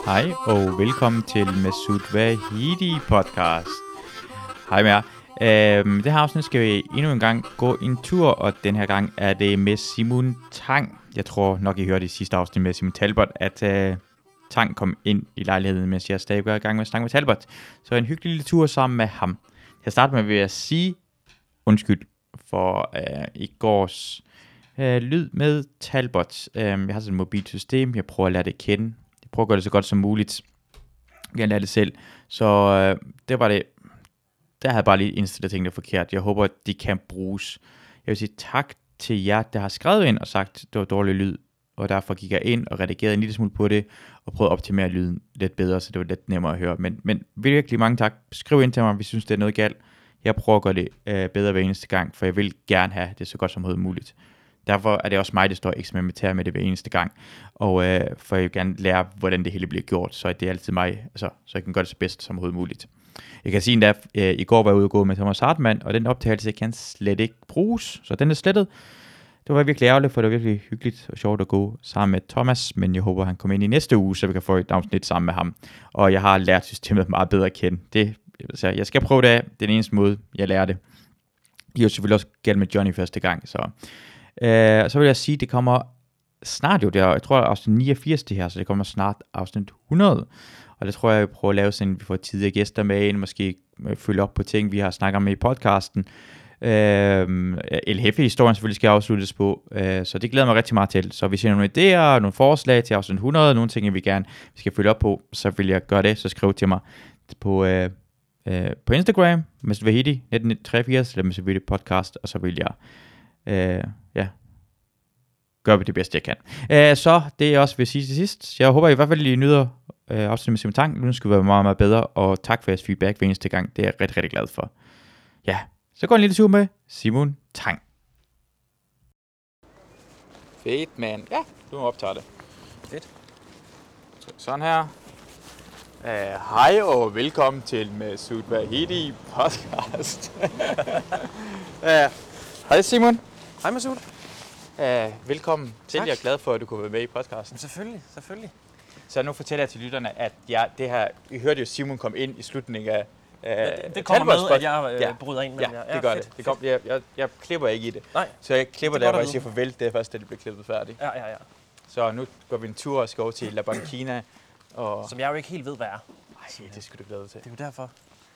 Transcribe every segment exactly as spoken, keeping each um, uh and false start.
Hej og velkommen til Masoud Vahidi podcast. Hej med jer. Øhm, det her afsnit skal vi endnu en gang gå en tur, og den her gang er det med Simon Tang. Jeg tror nok, I hørte i sidste afsnit med Simon Talbot, at øh, Tang kom ind i lejligheden, mens jeg stadig var i gang med at snakke med Talbot. Så en hyggelig lille tur sammen med ham. Jeg starter med ved at sige undskyld for øh, i gårs øh, lyd med Talbot. Øh, jeg har sådan et mobilt system, jeg prøver at lære det kende. Prøv at gøre det så godt som muligt. Jeg kan lære det selv. Så øh, det var det. Der havde jeg bare lige indstillet tingene forkert. Jeg håber, at de kan bruges. Jeg vil sige tak til jer, der har skrevet ind og sagt, at det var dårlig lyd. Og derfor gik jeg ind og redigerede en lille smule på det. Og prøvede at optimere lyden lidt bedre, så det var lidt nemmere at høre. Men, men virkelig mange tak. Skriv ind til mig, hvis I synes, det er noget galt. Jeg prøver at gøre det øh, bedre hver eneste gang. For jeg vil gerne have det så godt som overhovedet muligt. Derfor er det også mig, der står og eksperimenterer med det hver eneste gang. Og øh, for jeg vil gerne lære, hvordan det hele bliver gjort, så det er altid mig, altså, så jeg kan gøre det så bedst som overhovedet muligt. Jeg kan sige, at øh, i går var jeg ude og gå med Thomas Hartmann, og den optagelse kan slet ikke bruges, så den er slettet. Det var virkelig ærgerligt, for det var virkelig hyggeligt og sjovt at gå sammen med Thomas, men jeg håber, han kommer ind i næste uge, så vi kan få et afsnit sammen med ham. Og jeg har lært systemet meget bedre at kende. Det, altså, jeg skal prøve det af, den eneste måde, jeg lærer det. Jeg har selvfølgelig også galt med Johnny første gang, så... Uh, så vil jeg sige, at det kommer snart jo, det er, jeg tror det er afsnit niogfirs det her, så det kommer snart afsnit hundrede, og det tror jeg, jeg vil prøve at lave sådan, at vi får tidligere gæster med ind, måske følge op på ting, vi har snakket om i podcasten. Uh, El Hefe-historien selvfølgelig skal afsluttes på, uh, så det glæder mig rigtig meget til. Så hvis I har nogle idéer, nogle forslag til afsnit hundrede, nogle ting, vi gerne vi skal følge op på, så vil jeg gøre det, så skriv til mig på, uh, uh, på Instagram, Masoud Vahidi nitten treogfirs, eller Masoud Vahidi podcast, og så vil jeg Uh, ja, gør vi det bedste jeg kan. Uh, så det er også vil sige til sidst. Jeg håber i hvert fald I nyder uh, afsnit med Simon Tang. Nu skal vi være meget meget bedre, og tak for jeres feedback hver eneste gang. Det er jeg rigtig rigtig glad for. Ja, så går en lille tur med Simon Tang. Fedt man. Ja, du må optage det. Fedt. Sådan her. Uh, hej og velkommen til Masoud Vahidi podcast. uh, Hej Simon. Hej Masoud. Uh, velkommen til. Jeg er glad for, at du kunne være med i podcasten. Selvfølgelig, selvfølgelig. Så nu fortæller jeg til lytterne, at jeg, det her, I hørte jo Simon komme ind i slutningen af uh, Det, det kommer med, at jeg øh, ja. bryder ind. Ja, ja, det gør fedt, det. det kom, jeg, jeg, jeg klipper ikke i det. Nej. Så jeg klipper der, hvor jeg siger farvel, det er først, da det bliver klippet færdigt. Ja, ja, ja. Så nu går vi en tur og skal over til La Banquina. Og... Som jeg jo ikke helt ved, hvad er. Nej, det skal du glæde til. Det er jo derfor.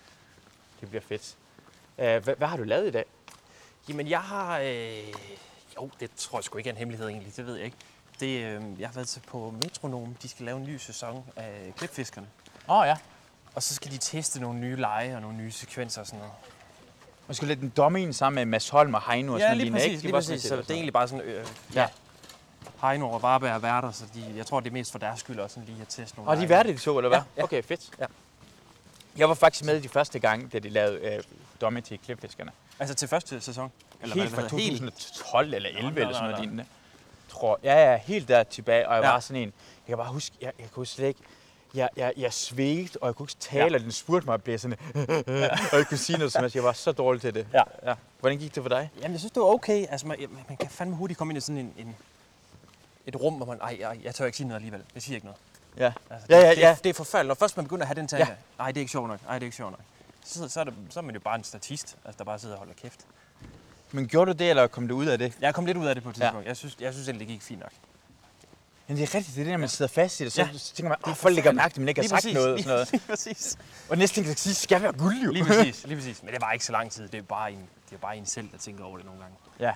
Det bliver fedt. Uh, hvad, hvad har du lavet i dag? Jamen, jeg har... Øh... Jo, det tror jeg sgu ikke er en hemmelighed egentlig, det ved jeg ikke. Det, øh... Jeg har været til på Metronom, de skal lave en ny sæson af Klipfiskerne. Åh oh, ja. Og så skal de teste nogle nye lege og nogle nye sekvenser og sådan noget. Man skal lægge den domme ind sammen med Mads Holm og Heino og ja, sådan lige noget. Præcis, lige præcis, så det er egentlig bare sådan... Øh... Ja. ja. Heino og Varberg er værter, så de... jeg tror, det er mest for deres skyld også sådan lige at teste nogle Og de er værter, de så, eller hvad? Ja, ja. Okay, fedt. Ja. Jeg var faktisk med de første gange, da de lavede øh, domme til Klipfiskerne. Altså til første sæson? Eller helt fra to tusind og tolv eller elleve nej, eller sådan noget nej. lignende. Tror ja, ja, helt der tilbage, og jeg ja. var sådan en, jeg kan bare huske, jeg, jeg kunne slet ikke, jeg, jeg, jeg svedte, og jeg kunne ikke tale, ja. Og den spurgte mig at blive sådan, ja. Og jeg kunne sige noget som helst, jeg var så dårlig til det. Ja. Ja. Hvordan gik det for dig? Jamen, jeg synes, det var okay. Altså, man, man kan fandme hurtigt komme ind i sådan en, en et rum, hvor man, ej, ej, jeg tør ikke sige noget alligevel. Jeg siger ikke noget. Ja. Altså, ja, ja, det, ja. Det, det er forfærdeligt. Når først man begynder at have den tanke, ja. nej, det er ikke sjovt nok, nej, det er ikke sjovt nok. Så, så, er det, så er man jo bare en statist, altså, der bare sidder og holder kæft. Men gjorde du det, eller kom du ud af det? Jeg kom lidt ud af det på et tidspunkt. Ja. Jeg synes, jeg synes egentlig, det gik fint nok. Men det er rigtigt, det er det, når man sidder fast i det, så, ja. så tænker man, at folk lægger mærke til, at man ikke har sagt præcis, noget. Og sådan noget. Lige præcis. Og næste ting, kan sige, skal være guld jo. Lige præcis, lige præcis. Men det var ikke så lang tid. Det er bare en, det er bare en selv, der tænker over det nogle gange. Ja.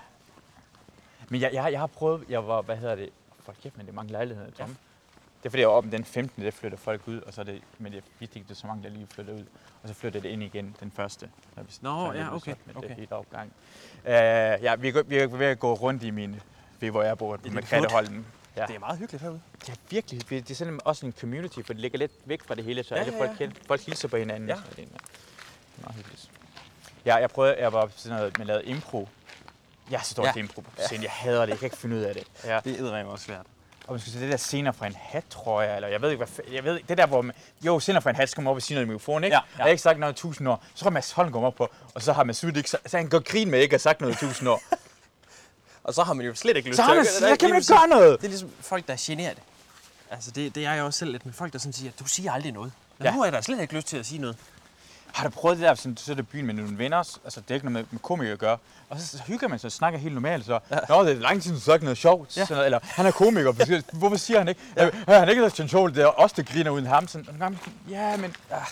Men jeg, jeg, jeg har prøvet, jeg var, hvad hedder det, for kæft, men det er mange lejligheder tomme. Ja. Det er fordi, jeg var oppe den femtende der flytter folk ud, og så er det, men jeg vidste ikke, det er så mange, der lige flytter ud. Og så flytter det ind igen den første. Nå, ja, okay. Med okay. det hele opgang. Uh, ja, vi er, vi er ved at gå rundt i min, ved hvor jeg bor, med Katteholden. Ja. Det er meget hyggeligt herude. Ja, virkelig. Det er sådan også en community, for det ligger lidt væk fra det hele, så ja, alle ja, folk, ja. folk hilser på hinanden. Ja. Så det er meget hyggeligt. Ja, jeg prøvede, jeg var sådan noget, man lavede impro. Jeg er så dårlig til impro på scenen. Jeg hader det, jeg kan ikke finde ud af det. Ja. Det er eddermame også svært. Og man skal se det der scener fra en hat, tror jeg, eller jeg ved ikke, hvad jeg ved ikke, det der, hvor man, jo, scener fra en hat, så kommer op og sige noget i mikrofonen, ikke? Ja, ja. Jeg har ikke sagt noget i tusind år. Så tror jeg, Mads Holm kommer op på, og så har Masoud ikke, så, så han går grin med, ikke har sagt noget i tusind år. Og så har man jo slet ikke lyst så til at gøre det. Så kan man ikke gøre noget. Det er ligesom folk, der er generet. Altså, det, det er jeg også selv lidt med folk, der sådan siger, du siger aldrig noget. Men Ja. nu har jeg da slet ikke lyst til at sige noget. Har du prøvet det der, sådan, du sætter byen med nogle venner, altså det er ikke noget med, med komikere at gøre, og så, så hygger man sig og snakker helt normalt, så, ja. Nå, det er lang tid, du har sagt noget sjovt, ja. Sådan noget, eller han er komiker, hvorfor siger han ikke, ja. Ja, han er ikke noget sjovt, det er os, der griner uden ham, sådan, gange, ja, men, ah.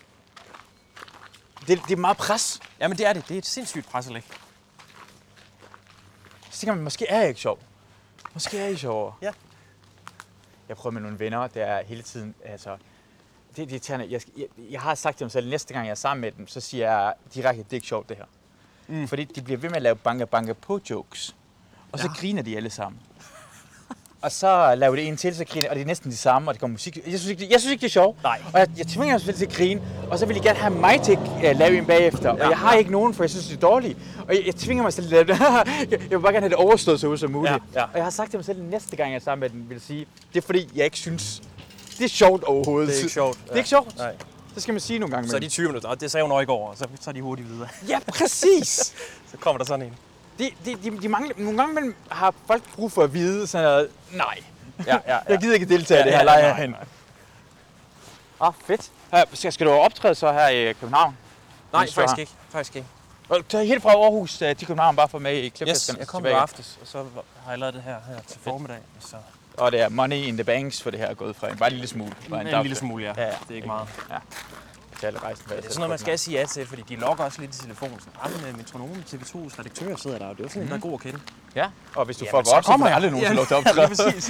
det, det er meget pres. Ja, men det er det. Det er et sindssygt pres at lægge. Så tænker man, måske er jeg ikke sjov. Måske er jeg sjovere. Ja. Jeg prøver med nogle venner, der er hele tiden, altså, det er irriterende. Jeg, jeg, jeg har sagt til dem selv, næste gang jeg er sammen med dem, så siger jeg direkte, det er ikke sjovt det her. Mm. Fordi de bliver ved med at lave banke banke på jokes. Og så ja. griner de alle sammen. Og så laver det en til, så griner, og det er næsten de samme, og det kommer musik. Jeg synes ikke, det, jeg synes ikke, det er sjovt. Nej. Og jeg, jeg tvinger mig selv til at grine, og så vil de gerne have mig til at uh, lave en bagefter. Ja. Og jeg har ikke nogen, for jeg synes, det er dårligt. Og jeg, jeg tvinger mig selv til at lave det. Jeg vil bare gerne have det overstået så ud som muligt. Ja. Ja. Og jeg har sagt til mig selv, næste gang jeg er sammen med den, vil sige, det er fordi, jeg ikke synes, det er sjovt overhovedet. Det er ikke sjovt. Det er ikke sjovt. Nej. Så skal man sige nogle gange. Så er de tyve minutter, og det sagde hun også i går, og så, så er de hurtigt videre. Ja, præcis. Så kommer der sådan en. De, de, de, de mangler, nogle gange mellem har folk brug for at vide sådan noget, nej. Ja, ja, ja. Jeg gider ikke deltage i ja, det her ja, leje nej, herhen. nej. Ah, fedt. Her, skal, skal du optræde så her i København? Nej, faktisk ikke. Faktisk ikke. Og du er helt fra Aarhus til København bare for med i Klipfiskerne? Yes, jeg kom i aftes, og så har jeg lavet det her, her til formiddag. Så. Og det er money in the banks for det her er gået fra. Bare en lille smule. Bare en, en lille smule, ja. ja, ja. Det er ikke meget. Ja. Det er rejsen, ja, det er sådan noget, man skal sige ja til, fordi de logger også lidt i telefonen. Sådan, med Metronomen, T V to's redaktør sidder der, og det er jo sådan en, der er god at kende. Ja, og hvis du ja, får op, så kommer jeg aldrig nogen til lov til at optræde. Ja, præcis.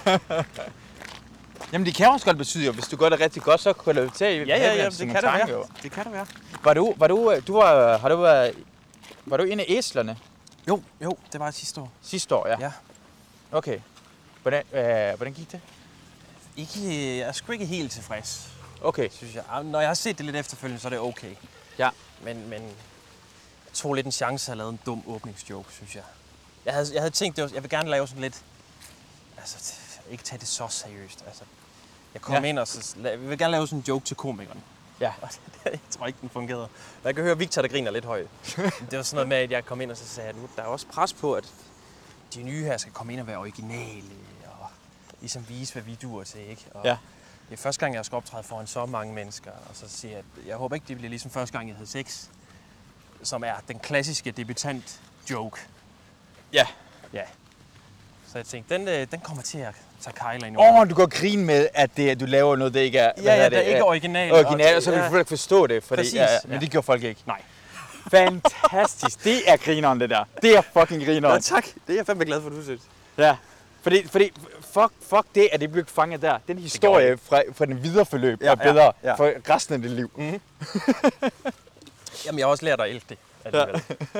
Jamen, det kan også godt betyde, at hvis du gør det rigtig godt, så kan du tage i ja, ja, ja, det kan det være. Det kan det være. Var du, var du, du var, har du været, var du en af æslerne? Jo, jo, det var sidste år. Sidste år, ja. Ja. Okay. Hvordan, øh, hvordan gik det? Ikke, jeg er sgu ikke helt tilfreds. Okay. Synes jeg. Når jeg har set det lidt efterfølgende, så er det okay. Ja. Men, men jeg tog lidt en chance at lave en dum åbningsjoke, synes jeg. Jeg havde, jeg havde tænkt, det var, jeg vil gerne lave sådan lidt, altså ikke tage det så seriøst. Altså, jeg kom ja. ind og så, jeg vil gerne lave sådan en joke til komikeren. Ja. Og det, jeg tror ikke, den fungerede. Jeg kan høre Victor, der griner lidt højt. Det var sådan noget med, at jeg kom ind og så sagde, at nu der er også pres på, at de nye her skal komme ind og være originale og ligesom vise, hvad vi duer til, ikke? Og ja. Det er første gang, jeg skal optræde foran så mange mennesker, og så siger jeg, at jeg håber ikke, det bliver ligesom første gang, jeg havde sex, som er den klassiske debutant-joke. Ja. Ja. Så jeg tænkte, den, den kommer til at tage kejler ind over. Åh, oh, du går grine med, at det, du laver noget, der ikke er... Ja, ja, det, der ikke er original. Original, og så vil ja. du ikke forstå det, fordi, Præcis, ja, ja. men det gjorde folk ikke. Nej. Fantastisk. Det er grineren, det der. Det er fucking grineren. Ja, tak. Det er jeg fandme glad for, du synes. Ja. Fordi, fordi fuck, fuck det, at det blev fanget der. Den historie fra, fra den videre forløb ja, er bedre ja, ja. for resten af dit liv. Mm-hmm. Jamen, jeg har også lært at elske det alligevel.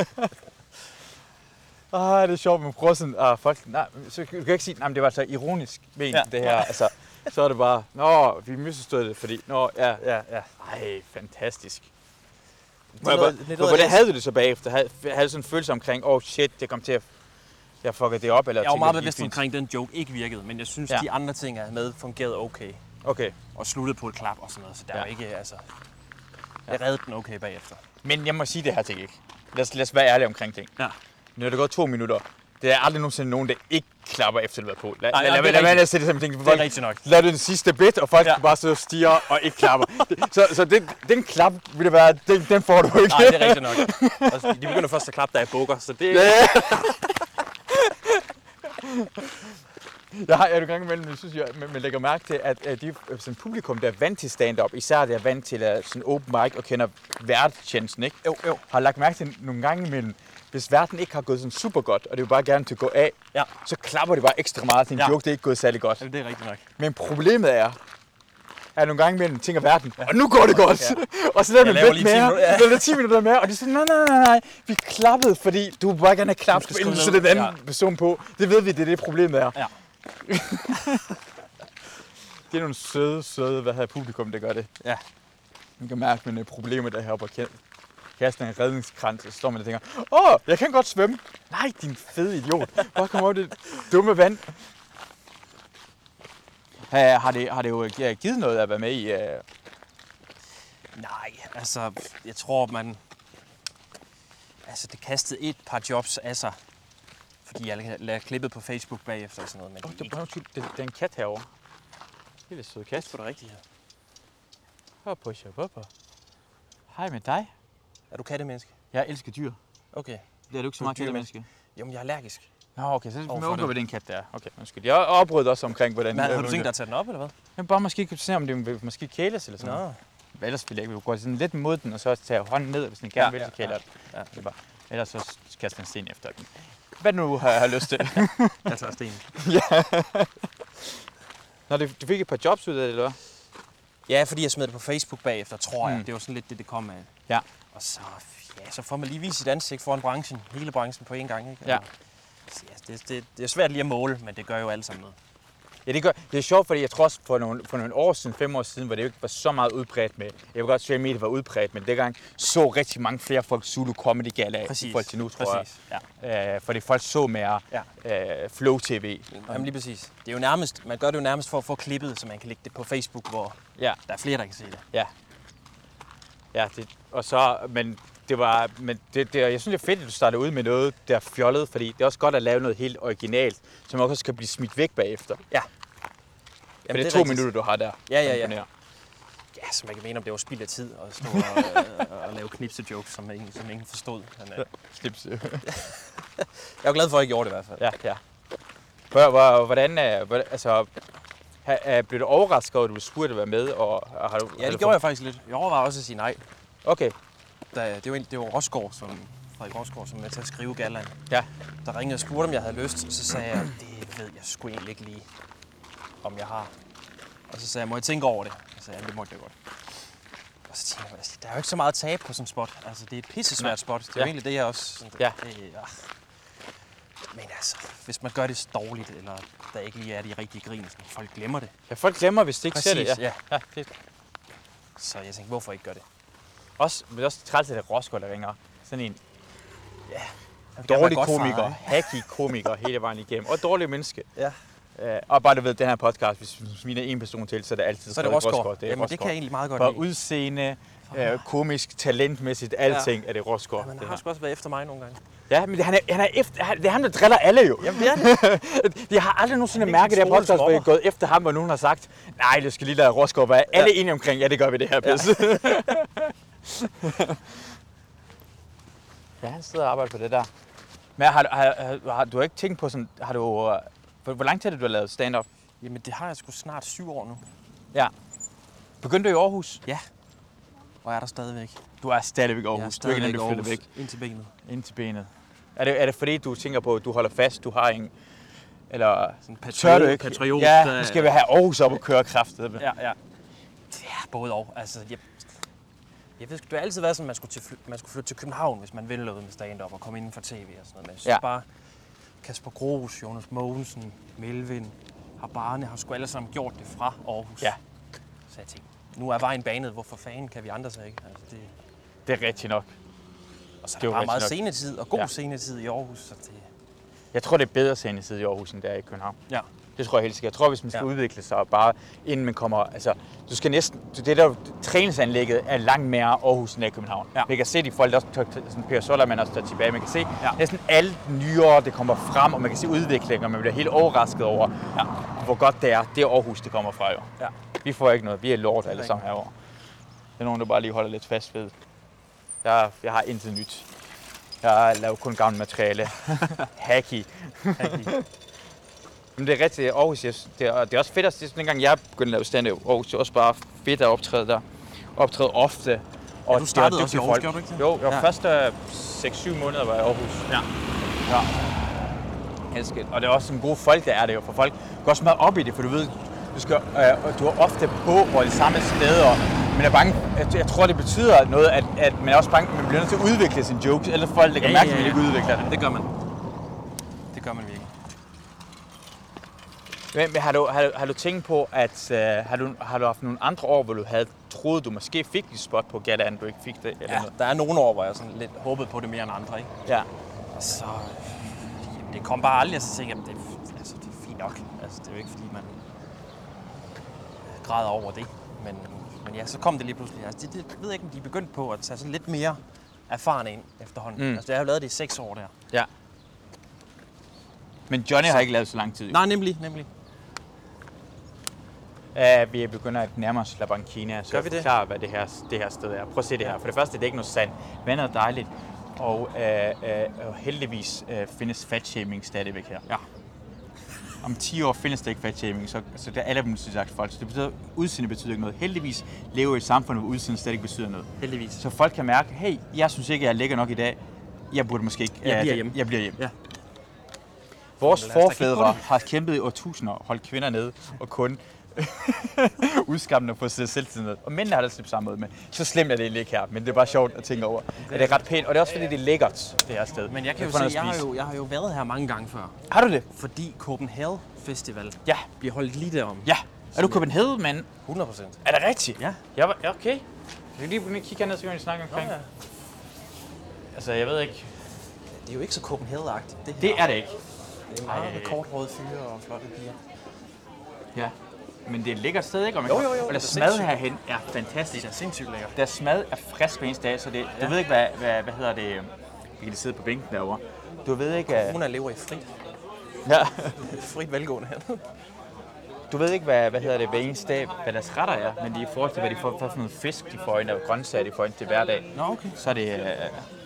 Ah, det er sjovt, man prøver sådan, ah, folk, nej, så du kan ikke sige, nej, det var så ironisk ment, ja. det her, altså, så er det bare, nå, vi misforstod det, fordi, nå, ja, ja, ja, ej, fantastisk. Hvordan havde du det så bagefter? Havde, havde du sådan en følelse omkring, åh oh, shit, det kom til at, jeg fuckede det op, eller? Jeg var meget bevidst omkring, den joke ikke virkede, men jeg synes, ja. de andre ting, jeg havde med, fungerede okay. Okay. Og sluttede på et klap og sådan noget, så der ja. var ikke, altså, jeg reddede den okay bagefter. Men jeg må sige det her ting ikke. Lad os, lad os være ærlige omkring ting. Ja. Nu er det gået to minutter. Det er aldrig nogensinde nogen, der ikke klapper efter det været på. Lad, Nej, lad, ja, lad, lad være at sætte det som ting. Det er rigtigt nok. Lad det den sidste bit, og folk ja. bare sidde og stiger og ikke klapper. så så den, den klap vil det være, den, den får du ikke. Nej, det er rigtigt nok. Altså, de begynder først at klappe, da jeg bukker, så det... Ja. Jeg har en gang imellem, jeg synes, jeg, man lægger mærke til, at, at de sådan publikum, der er vant til stand-up, især der er vant til uh, sådan open mic og kender værtstjenesten, ikke? Jo, jo. Har lagt mærke til nogle gange imellem, hvis verden ikke har gået sådan super godt, og det vil bare gerne til at gå af, ja. så klapper det bare ekstra meget til en ja. joke, det er ikke gået særlig godt. Ja, det er rigtigt nok. Men problemet er, at nogle gange imellem tænker verden, ja. og nu går det godt. Ja. Og så laver man lidt mere, ja. laver ti minutter mere, og de siger, nej, nej, nej, nej, vi klappede, fordi du vil bare gerne have klappet, inden du sætter den anden ja. person på. Det ved vi, det er det problemet er. Ja. Det er nogle søde, søde, hvad hedder publikum, der gør det. Ja. Man kan mærke, at problemet der her på kaster en redningskrans, og så står man og tænker, åh, jeg kan godt svømme. Nej, din fede idiot. Bare kom over det dumme vand. Har det, har det jo givet noget at være med i? Uh... Nej, altså, jeg tror, man... Altså, det kastede et par jobs af sig. Fordi jeg lavede klippet på Facebook bagefter og sådan noget. Men oh, det, det, ikke... det, det er en kat herovre. Lille sød Det er kat. sgu da rigtigt her. Hop på, hop på. Hej med dig. Er du kattemenneske? Jeg elsker dyr. Okay. Det er du ikke så Du er meget dyrmenneske. kattemenneske? Jo, men jeg er allergisk. Nå, okay, så Overfor må undgå, det. hvad den kat der er. Okay, undskyld. Jeg afbrød også omkring, hvordan... Men har du tænkt dig at tage den op, eller hvad? Jeg bare måske kan se, om det vil måske kæles eller sådan Nå. noget. Ellers vil jeg ikke. Vi gå sådan lidt mod den, og så tage hånden ned, hvis den gerne Ja, vil, så ja, kæler den. ja. Det er bare. Ellers så kaster den sten efter den. Hvad nu har jeg har lyst til? Jeg tager stenen. Nå, du, du fik et par jobs ud af det, eller hvad? Ja, fordi jeg smed det på Facebook bagefter, tror jeg. Mm. Det var sådan lidt det, det kom af. Ja. Og så, ja, så får man lige vist sit ansigt foran branchen. Hele branchen på én gang, ikke? Ja. Så, ja, det, det, det er svært lige at måle, men det gør jo alle sammen noget. Ja, det, gør, det er sjovt, fordi jeg tror også for nogle, for nogle år siden, fem år siden, hvor det jo ikke var så meget udbredt med. Jeg vil godt sige, at mediet var udbredt, men dengang så rigtig mange flere folk Zulu Comedy Gala i forhold til nu, tror præcis. jeg. Ja. Øh, fordi folk så mere Ja. øh, Flow T V. Jamen lige præcis. Det er jo nærmest, man gør det jo nærmest for at få klippet, så man kan lægge det på Facebook, hvor Ja, der er flere, der kan se det. ja. Ja, det, og så, men det var, men det, det, jeg synes, det er fedt, at du starter ud med noget, der er fjollet, fordi det er også godt at lave noget helt originalt, som også skal blive smidt væk bagefter. Ja. For det er to minutter, du har der. Ja, ja, ja. Imponerer. Ja, så man kan mene, om det var spild af tid at stå og, og lave knipse-jokes, som ingen, som ingen forstod. Men, øh, Slips. jeg er jo glad for, at jeg gjorde det i hvert fald. Ja, ja. Hvor- hvor- Hvordan, øh, hvordan altså, ha- er- blev du overrasket over, at du spurgte at være med? Og, og har du, Ja, det gjorde jeg faktisk lidt. Jeg overvejede også at sige nej. Okay, Da, det var, en- det var Rosgaard, som, Frederik Rosgaard, som var med til at skrive gallaen. ja. Der ringede og spurgte, om jeg havde lyst, så sagde jeg, det ved jeg sgu egentlig ikke lige, om jeg har. Og så sagde jeg, må jeg tænke over det? Og så sagde jeg, det måtte jeg godt. Og så tænkte jeg, altså, der er jo ikke så meget at tabe på sådan en spot. Altså, det er et pissesvært spot. Det er jo Ja. egentlig det, jeg også... Sådan, Ja. det, ja. Men altså, hvis man gør det dårligt, eller der ikke lige er de rigtige grin, sådan, folk glemmer det. Ja, folk glemmer, hvis de ikke ser det. Præcis, ja. ja. Det Så jeg tænkte, hvorfor ikke gøre det? også, men det er også træls, at det er Rosgaard, der ringer. Sådan en Jeg vil gerne dårlig være godfar, komiker, ikke? hacky komiker hele vejen igennem. Og dårlig menneske. Ja. Uh, og bare du ved, den her podcast, hvis vi sminer en person til, så er det altid Så er det Rosgaard. Rosgaard. Det er Jamen, det kan jeg egentlig meget godt For lide. udseende, uh, komisk, talentmæssigt, alting ja. er det Rosgaard. Ja, men det han her. har sgu også været efter mig nogle gange. Ja, men det, han er, han er efter, han, det er ham, der driller alle jo. Jamen, det er det. Jeg har aldrig nogensinde Han er mærket det ikke her den store podcast, hvor jeg er skubber. gået efter ham, hvor nogen har sagt, nej, det skal lige lade Rosgaard være. Alle Ja. enige omkring, ja, det gør vi det her pis. Ja. ja, han sidder og arbejder på det der. Men har, du- har, har, har du ikke tænkt på sådan, har du, uh, hvor, hvor lang tid har du lavet stand-up? Jamen, det har jeg sgu snart syv år nu. Ja. Begyndte du i Aarhus? Ja. Og er der stadigvæk. Du er stadigvæk i Jeg er Aarhus. Du er ikke, stadigvæk når du flytter væk Aarhus, ind til benet. ind til benet. Er det, er det fordi, du tænker på, at du holder fast, du har en... Eller Sådan tør du ikke? patriot, ja, der- nu skal vi have Aarhus op og køre kraftet. Ja, ja. Ja, både og. Altså, jeg, jeg ved sgu, det har altid været sådan, at man skulle, til, fly- man skulle flytte til København, hvis man ville noget med stand-up og komme inden for tv og sådan noget. Men jeg synes Ja. bare, Kasper Gros, Jonas Mogensen, Melvin, Habane har sgu alle sammen gjort det fra Aarhus. Ja. Så jeg tænkte, nu er vejen banet, hvorfor fanden kan vi andre så ikke? Altså, det, Det er rigtigt nok. og så er Det er der jo bare meget rigtigt scenetid og god Ja. ja. scenetid i Aarhus. Så det, Jeg tror, det er bedre scenetid i Aarhus, end det er i København. ja. Det tror jeg helt sikkert. Jeg tror, hvis man skal Ja. udvikle sig, og bare inden man kommer... Altså, du skal næsten... Det der træningsanlægget er langt mere Aarhus, end det er København. Ja. Man kan se de folk, der også tør, sådan Per Sollermann også står tilbage. Man kan se Ja. næsten alle nyere, det kommer frem, og man kan se udvikling, og man bliver helt overrasket over, Ja. hvor godt det er. Det er Aarhus, det kommer fra jo. Ja. Vi får ikke noget. Vi er lort alle ikke sammen herovre. Det er nogen, der bare lige holder lidt fast ved. Jeg, jeg har intet nyt. Jeg laver kun gammelt materiale. Hacky. Men det er rigtigt, Aarhus, jeg, det, er, det er også fedt, at det er sådan en gang, jeg begyndte at lave stand-up. Aarhus, det er også bare fedt at optræde der. Optræde ofte. Og Ja, du startede det er også i dygtige Aarhus, folk. gjorde du ikke det? Jo, jeg var Ja. første seks syv måneder var jeg i Aarhus. Ja. Ja. Elsker det. Og det er også nogle gode folk, der er det jo. For folk går også meget op i det, for du ved, du, skal, øh, du er ofte på hvor de samme steder. Men er bange, jeg, jeg tror, det betyder noget, at, at man er også bange, man bliver nødt til at udvikle sine jokes. Ellers folk lægger mærke til, at man ikke udvikler det. Det gør man. Det gør man virkelig. Men, men har, du, har, du, har du tænkt på, at uh, har, du, har du haft nogle andre år, hvor du havde troet, du måske fik et spot på Gallaen, du ikke fik det? Eller Ja, noget? der er nogle år, hvor jeg sådan lidt håbede på det mere end andre, ikke? Ja. Så jamen, det kom bare aldrig, og så tænkte jeg, det, er- altså, det er fint nok. Altså, det er jo ikke, fordi man græder over det. Men, men ja, så kom det lige pludselig. Altså, det, det jeg ved jeg ikke, om de er begyndt på at tage sådan lidt mere erfarne ind efterhånden. Mm. Altså, jeg har jo lavet det i seks år der. Ja. Men Johnny så. har ikke lavet så lang tid. Jo. Nej, nemlig, nemlig. Uh, vi begynder at nærme os La Banquina, så Gør jeg vi det? forklarer, hvad det her, det her sted er. Prøv at se det her. For det første, det er ikke noget sand. Vandet er dejligt, og uh, uh, heldigvis uh, findes fatshaming stadigvæk her. Ja. Om ti år findes der ikke fatshaming, så, så det er alle multisagt folk. Så det betyder, udseende betyder ikke noget. Heldigvis lever vi i et samfund, hvor udseende stadig betyder noget. Heldigvis. Så folk kan mærke, hey, jeg synes ikke, jeg er lækker nok i dag. Jeg burde måske ikke... Jeg bliver uh, hjemme. Jeg bliver hjemme. Ja. Vores Lad os da kigge på forfædre det. har kæmpet i årtusinder, holdt kvinder nede og kun udskammende på sig selv til noget. Og mændene har det på samme måde med. Så slemt er det egentlig ikke her, men det er bare sjovt at tænke over. Det er ret pænt, og det er også fordi, det er lækkert, det her sted. Men jeg kan jo får noget se, at jeg har spise. jo, jeg har jo været her mange gange før. Har du det? Fordi Copenhagen Festival Ja. bliver holdt lige derom. Ja. Er du Copenhagen, mand? hundrede procent. Er det rigtigt? Ja. Jeg var, ja, okay. Jeg kan lige begynde at kigge herned, så kan vi snakke omkring. Nå, ja. Altså, jeg ved ikke. Det er jo ikke så Copenhagen-agtigt. Det, her. Det er det ikke. Det er meget Ej. med kortrøde fyre og flotte piger. Ja. Men det er et lækkert sted, ikke? Og, man Jo, kan- jo, jo, og det deres er mad sindssygt. herhen er Det fantastisk. er sindssygt lækkert. Deres mad er frisk hver eneste dag, så det, du Ja. ved ikke, hvad, hvad, hvad hedder det, vi kan lige sidde på bænken derovre. Du ved ikke, uh, Corona lever i frit. ja, Frit velgående her. du ved ikke, hvad, hvad hedder det, hver eneste dag, hvad deres retter er, men det er i forhold til, hvad de får for noget fisk, de får ind, og grøntsager, de får ind til hverdag. Nå, okay. Så er det, uh,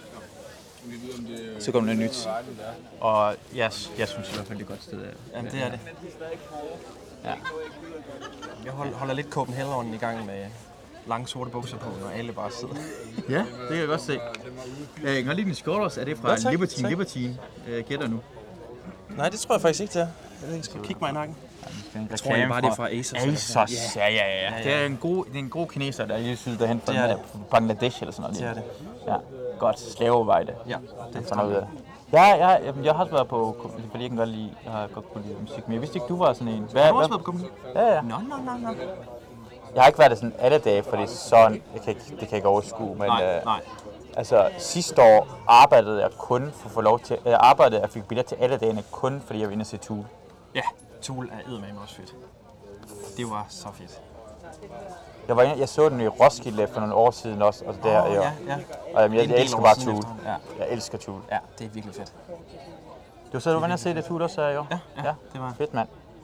så kommer noget nyt. Og yes, jeg synes i hvert fald, det er et godt sted. Jamen, det er det. Ja. Jeg hold- holder lidt Copenhagen i gang med lange sorte bukser på, når alle bare sidder. Ja, det kan jeg godt se. Jeg kan godt lide din skjorters. Er det fra Ja, tak, Libertine tak. Libertine? Jeg gætter nu. Nej, det tror jeg faktisk ikke, det er. Jeg ved ikke, skal du kigge mig i nakken? Jeg tror egentlig bare, det er fra Asos eller sådan noget. Asos, ja, ja, ja. Ja, ja. Det er en god, det er en god kineser, der lige synes, der hen fra Det er det. Bangladesh eller sådan noget. Det er det. Ja, godt. Slavearbejde. Ja, Det er sådan noget ud af det. Ja, ja, jamen, jeg har også været på, fordi jeg kan godt lide, jeg har godt kunne lide musik, men jeg vidste ikke, du var sådan en. Hvad, Har du også hvad- været på Copenhagen? Ja, ja. Nå, nå, nå, nå. Jeg har ikke været der sådan alle dage, fordi sådan, jeg kan ikke, det kan jeg ikke overskue, men Nej, øh, nej. altså sidste år arbejdede jeg kun for at få lov til, jeg arbejdede, jeg fik billet til alle dagene kun fordi jeg ville ind og se Tool. Ja, Tool er eddermame også fedt. Det var så fedt. Jeg var inde, jeg så den i Roskilde for nogle år siden også, og der, Åh, ja. ja, ja. Og jamen, Det er jeg, en jeg del elsker år bare siden Tool. efterhånden, ja. Jeg elsker Tool. Ja, det er virkelig fedt. Du så du var inde og se det Tool også, jo? Ja, ja, det var- Fedt, mand.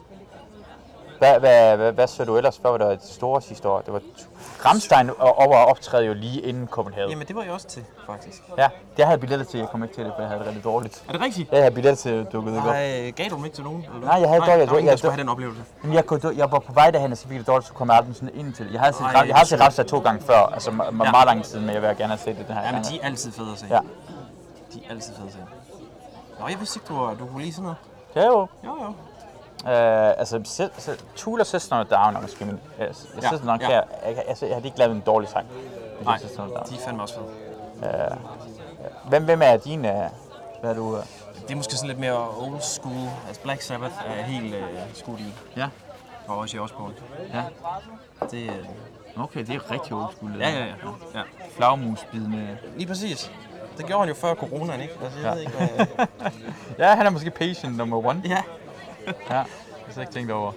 Hvad, hvad, hvad, hvad så du ellers? Hvad var der det store sidste år? Det var Rammstein over optræde jo lige inden Copenhagen. Jamen, det var jeg også til, faktisk. Ja, det havde jeg billetter til. Jeg kom ikke til det, for jeg havde det rigtig dårligt. Er det rigtigt? Ja, jeg havde billetter til, at dukke det godt. Nej, gav du dem ikke til nogen? Eller? Nej, jeg havde Nej, dårligt. der var ingen, der Jeg- skulle have den oplevelse. Men jeg, kunne, jeg var på vej derhen, og så fik det dårligt, så kom jeg aldrig sådan ind til det. Jeg havde set, Ej, Ej, jeg har set synd. Rammstein to gange før, altså ma- ma- Ja. meget lang tid, men jeg vil gerne have set det den her Ja, men gang. de er altid fede at se. Ja. De er altid fede at se. Nå, jeg vidste ikke, du, var- du kunne lide sådan noget. Det er jo. Jo, jo. Øh, altså, se- se- Tool og System of a Down er måske min... Jeg, jeg Ja, synes nok, ja. jeg, jeg, altså, jeg har ikke lavet en dårlig sang. Nej, System of a Down. de er fandme også fede. Hvem, hvem er din... Øh, hvad er du... Øh? Det er måske sådan lidt mere old school. Altså Black Sabbath er helt øh, skudt i. Ja. Og også i Osbourne. Ja. Det, øh, Okay, det er rigtig old school. ja, ja, ja, ja. Flagmusbidende. Lige præcis. Det gjorde han jo før coronaen, ikke? Altså, jeg Ja. ved ikke, hvad... Ja, han er måske patient number one. Ja. Ja, det har jeg ikke tænkt over.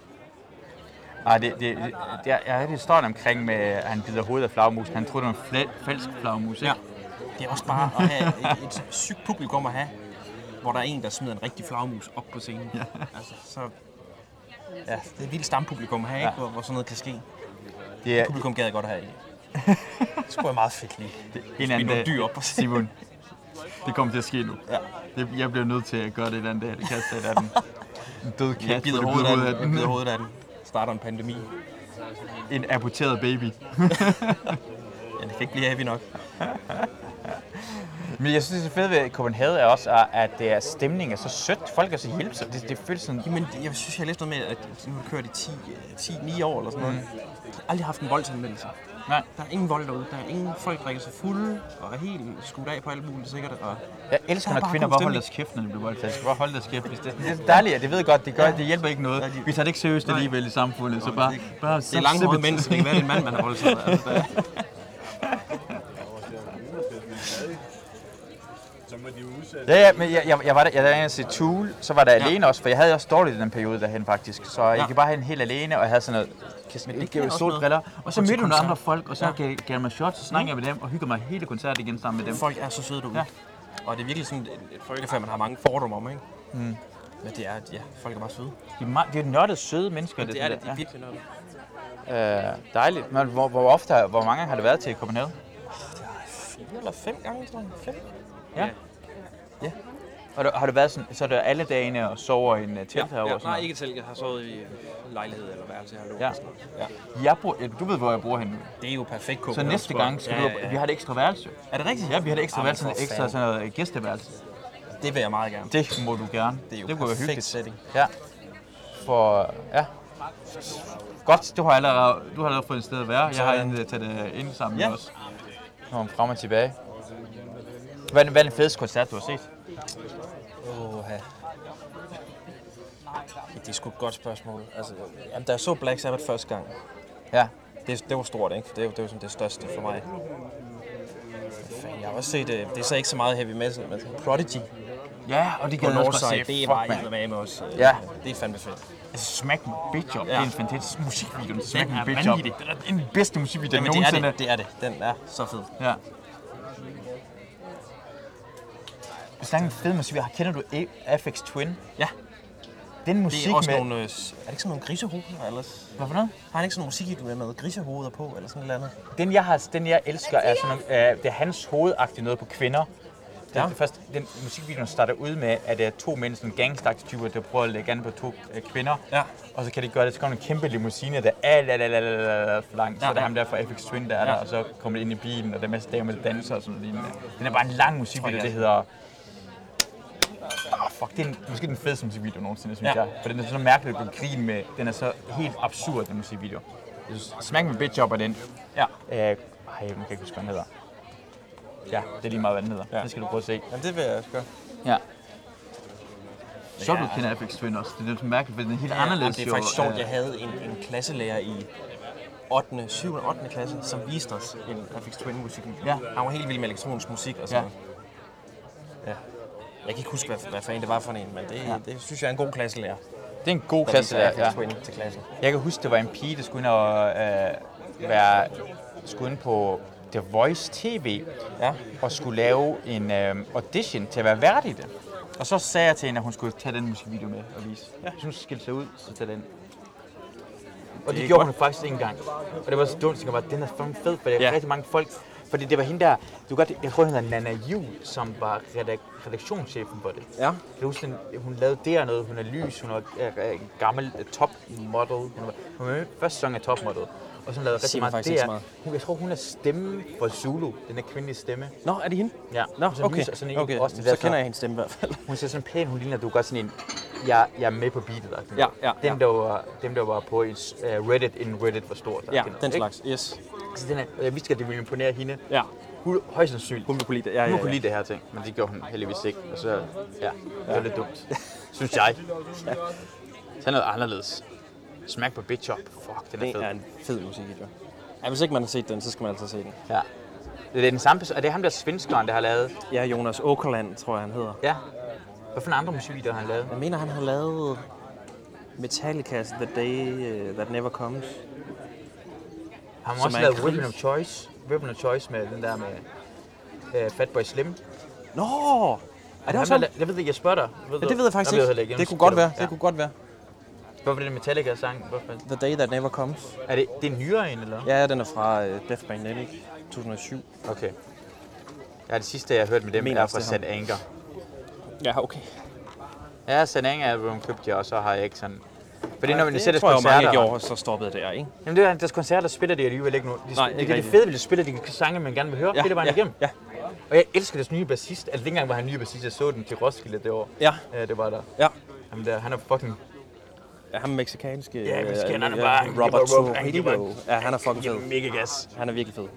Ej, det, det, det, det er, jeg har rigtig historien omkring med, at han bider hovedet af flagmusen. Han troede, det var en fla- falsk flagmus, ikke? Ja. Det er også bare at have et, et sygt publikum at have, hvor der er en, der smider en rigtig flagmus op på scenen. Ja. Altså, så... Ja, det er et vildt stampublikum at have, ikke? Ja. Hvor, hvor sådan noget kan ske. Det er Publikum gad jeg godt at have. Det skulle være meget fedt lige. en Spil anden nogle dag, dyr op på scenen. Simon. Det kommer til at ske nu. Ja. Det, jeg bliver nødt til at gøre det en anden dag. Det kaster et af den. En død kat, Jeg bider hvor det hovedet af den. af Jeg bider hovedet af den. Starter en pandemi. En aborteret baby. Ja, det kan ikke blive heavy nok. Men jeg synes, det fede ved Copenhagen er også, at det er stemningen er så sødt. Folk er så hjælpsomme. Det, det føles sådan... Jamen, jeg synes, jeg har læst noget med, at nu har jeg kørt i ti ni år eller sådan noget. Jeg har aldrig haft en voldsanmeldelse. Nej. Der er ingen vold derude. Der er ingen folk, der drikker sig fulde og er helt skudt af på alt muligt sikkert. Og Jeg elsker, Der er når bare kvinder god bare holder stemning. deres kæft, når de bliver voldtaget. De skal bare holde deres kæft. Hvis det, det er dejligt, at det ved godt, det, gør, det hjælper ikke noget. Vi tager det ikke seriøst alligevel i samfundet, så bare... bare det er langhåret mænd, så det kan være, det er en mand, man har voldtaget. Altså, der- Ja, ja, men jeg, jeg, jeg var der, jeg var inde og se Tool, så var der ja. alene også, for jeg havde også dårligt i den periode derhen faktisk. Så jeg Ja. gik bare hen helt alene, og jeg havde sådan noget... Men det gav kan også solbriller. Og så Gå til mødte nogle koncert. andre folk, og så Ja. gav, gav jeg mig shots, og snakkede jeg med dem, og hyggede mig hele koncerten igen sammen med dem. Folk er så søde derude. Ja. Og det er virkelig sådan et, et folkefærd, man har mange fordomme om, ikke? Mm. Men det er, ja, folk er bare søde. De er, meget, de er nørdede, søde mennesker. Det, det er det, de er virkelig nørdede. Øh, dejligt. Men hvor, hvor ofte, har, hvor mange har det været til Copenhagen? Det er fire eller fem gange, tror jeg. Fem? Ja. Ja. Og der, har det været sådan, så er det alle dagene og sover i en uh, telt ja, herovre? Ja, nej, ikke telt. Jeg har sovet i lejlighed eller værelse her. Ja. Ja. Jeg bor, du ved, hvor jeg bor henne. Det er jo perfekt. Så næste gang skal ja, ja, ja. du... Vi har et ekstra værelse. Er det rigtigt? Ja, vi har et ekstra værelse, sådan et ekstra sådan noget gæsteværelse. Det vil jeg meget gerne. Det må du gerne. Det er jo det perfekt hyggeligt. setting. Ja. For, ja. Godt, du har allerede, du har allerede fået et sted at være. Jeg har egentlig taget det ind sammen ja. med os. Nu er vi frem og tilbage. Hvad er den fedeste koncert, du har set? Åh, ja. Det er sgu et godt spørgsmål. Altså, jamen, da jeg så Black Sabbath første gang, ja. det, det var stort, ikke? Det er jo det, det største for mig. Fan, jeg har også set, det er så ikke så meget heavy metal, men Prodigy. Ja, og det kan jeg også se. Det er bare med med os. Ja. Det er fandme fedt. Altså, Smack My Bitch Up, ja. Det er en fantastisk musikvideo. Smack My Bitch Up. Det er den bedste musikvideo, Jamen, det nogensinde. Er det. det er det. Den er så fed. Ja. Hvis der er en fed musik, kender du Aphex Twin? Ja. Den musik det er også med... nogle, er det ikke sådan nogle grisehoveder ellers? Hvad for noget? Har han ikke sådan nogle musik med noget grisehoveder på, eller sådan noget andet? Den jeg, har, den, jeg elsker, er sådan nogle, uh, det er hans hovedagtige noget på kvinder. Den, ja. først, den musikvideo starter ud med, at det er to mænd, sådan gangstagtige typer, der prøver at lægge an på to uh, kvinder. Ja. Og så kan de gøre det, så kommer en kæmpe limousine, der er alt for langt. Så ja, er der ja. ham der fra Aphex Twin, der er ja. der, og så kommer det ind i bilen, og der er masser af damer, der danser og sådan noget. Den er bare en lang musikvideo, det hedder... Oh, fuck, det er en, måske den fedeste musikvideo nogensinde, synes ja. jeg. For den er så mærkeligt at grine med. Den er så helt absurd, den musikvideo. Smack My Bitch Up er den. Ja. Øh, ej, man kan ikke huske, hvad den hedder. Ja, det er lige meget, hvad den hedder. Ja. Det skal du prøve at se. Jamen, det vil jeg også gøre. Ja. Så du kender Aphex Twin også. Det er lidt mærkeligt, for den er helt ja, anderledes. Det er faktisk sjovt, jeg havde en, en klasselærer i ottende, syvende og ottende klasse, som viste os en Aphex Twin musikvideo. Ja. Han var helt vild med elektronisk musik og sådan ja. ja. Jeg kan ikke huske, hvad, hvad for en det var for en, men det, ja. det synes jeg er en god klasselærer. Det er en god klasselærer, ja. Til klassen. Jeg kan huske, det var en pige, der skulle ind og øh, være skulle ind på The Voice T V ja. og skulle lave en øh, audition til at være værdig det. Og så sagde jeg til hende, at hun skulle tage den musikvideo med og vise. Ja. Hvis hun skilte sig ud, så tag den. Og det, det gjorde godt. Hun faktisk ikke engang. Og det var så dumt, at den er fandme fed, for der ja. rigtig mange folk. Fordi det var hende der, du godt, jeg tror hun hedder Nana Jul, som var redak- redaktionschefen for det. Ja. Jeg husker, hun lavede der noget, hun er lys, hun var en gammel topmodel. Hun var, hun var med første sæson af Topmodel. Og så lavede rigtig meget der. Hun, jeg tror, hun er stemme for Zulu, den er kvindelige stemme. Nå, er det hende? Ja. Nå, så okay. Sådan en, okay. Også det så der, kender jeg hendes stemme i hvert fald. Hun ser sådan pæn, hun ligner, du godt sådan en, jeg, jeg er med på beatet. Der. Ja, ja, dem, ja. Der var, dem, der var på et, uh, Reddit, inden Reddit var stort. Der, ja, kender, den slags, ikke? Yes. Så den er, jeg vidste, at det ville imponere hende. Ja. Hun højst sandsynligt. Hun ville kunne lide det. Ja, hun ja, ja. kunne lide det her ting, men det gjorde hun heldigvis ikke. Og så, ja, det var ja. lidt dumt. Synes jeg. Ja. Så er noget anderledes. Smack My Bitch Up. Fuck, den er fed. Det er en fed musikvideo. Ja, hvis ikke man har set den, så skal man altså se den. Ja. Det er den samme person. Er det ham der svenskeren, der har lavet? Ja, Jonas Åkerland, tror jeg, han hedder. Ja. Hvad for andre musikvideoer har han lavet? Jeg mener, han har lavet Metallica's The Day uh, That Never Comes. Han har også lavet Weapon of Choice. Weapon of Choice med den der med uh, Fatboy Slim. Nå! Er det også han? Jeg ved ikke, jeg spørger dig. Ved ja, det ved jeg faktisk jeg ikke. Det kunne godt være. Ja. Det kunne godt være. Hvorfor er det Metallica-sang? Hvorfor? The Day That Never Comes. Er det, det er en nyere en, eller? Ja, den er fra uh, Death Magnetic to tusind og syv. Okay. Ja, det sidste, jeg har hørt med dem, er fra Sad Anger. Ja, okay. Ja, Sad Anger-album købte jeg, og så har jeg ikke sådan... Fordi når man ser deres koncerter... Jeg tror jo mange gjorde, så stoppede det der, ikke? Jamen det er deres koncerter, spiller de alligevel ikke nu. De, Nej, ikke det er det fede, de spiller de sange, man gerne vil høre, ja, hele vejen ja, igennem. Ja. Og jeg elsker deres nye bassist. Altså, dengang var han nye bassist, jeg så den til Roskilde det år. Ja. Ja, det var der. Ja. Jamen, der, han er fucking... Ja, han er mexikanske. Ja, mexikanerne er bare... Robert Trujillo. Ja, han er fucking fed. Mega gas. Han er virkelig fed.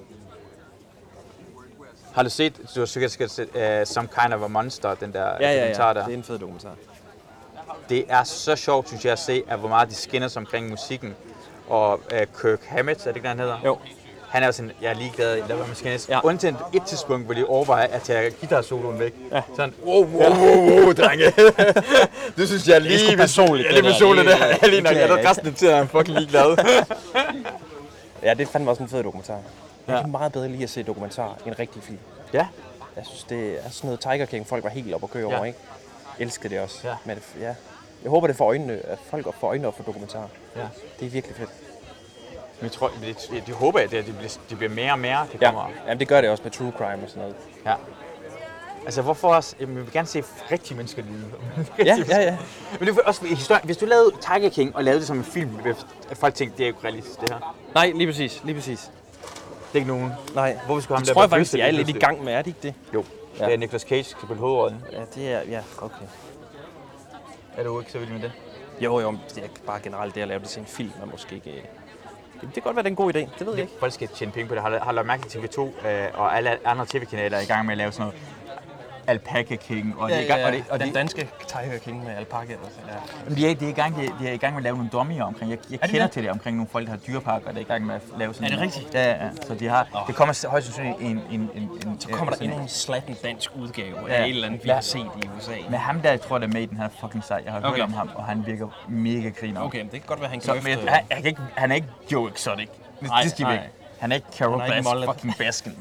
Har du set, du har sikkert set uh, Some Kind of a Monster, den der ja, dokumentar ja, ja. der? Det er en fed dokumentar. Det er så sjovt, synes jeg, at se, at hvor meget de skinner sig omkring musikken. Og uh, Kirk Hammett, er det ikke, han hedder? Jo. Han er sådan, jeg er ligeglad, der var måske ja. Undtagen et tidspunkt, hvor de overvejer at tage guitar-soloen væk. Ja. Sådan, wow, wow, wow, wow, drenge. Det synes jeg er lige... Det er personligt. Ja, det er personligt, det her. Lige nok, jeg er resten af tiden, er fucking ligeglad. Ja, det fandme også en fed dokumentar. Jeg kan meget bedre lide at se dokumentar end en rigtig film. Ja. Jeg synes, det er sådan noget Tiger King, folk var helt op at køre ja. over, ikke? elskede det også. Ja. Men det, ja. Jeg håber, det får øjnene, at folk får øjnene op for dokumentarer. Ja. Det er virkelig fedt. Men jeg tror, det, det, det håber jeg, det, det, bliver, det bliver mere og mere. Det Ja. kommer. Jamen, det gør det også med true crime og sådan noget. Ja. Altså, hvorfor også? Jamen, jeg vil gerne se rigtige mennesker lide. Ja, ja, ja. Men det er også historien. Hvis du lavede Tiger King og lavede det som en film, at folk tænkte, det er jo ikke realistisk, det her. Nej, lige præcis. Lige præcis. Det er ikke nogen. Nej. Hvorfor skulle ham Jeg tror jeg faktisk, de er lidt i gang med, er de ikke det? Jo. Ja. Det er Nicolas Cage, der spiller hovedrollen. Ja, det er... Ja, okay. Er du ikke så vild med det? Jo, jo, det er bare generelt det at lave det til en film, er måske ikke... Det kan godt være, det er en god idé. Det ved jeg ikke. Folk skal tjene penge på det. Har, har lagt mærke til T V to øh, og alle andre tv-kanaler er i gang med at lave sådan noget Alpaca King. Og, Ja, det er i gang, ja, og, det, og den det, danske Tiger King med alpaca. Ja. men de er, de, er i gang, de, er, de er i gang med at lave nogle dummier omkring. Jeg, jeg kender til det omkring nogle folk, der har dyreparker, der er i gang med at lave sådan. Er det rigtigt? Ja, ja. Så de har. Oh. Det kommer højst sandsynligt en, en, en, en. Så kommer der sådan endnu en slatten dansk udgave af Ja. et eller andet, vi Ja. har set i U S A. Men ham der, jeg tror, der er med i den her fucking sej. Jeg har okay. Okay. hørt om ham, og han virker mega griner. Okay, men det kan godt være, han kan Så, løfte... men, han, han, kan ikke, han er ikke Joe Exotic. Det, Nej, det skal vi nej. ikke. Han er ikke Carol Han er ikke Bass Mollet. fucking Baskin.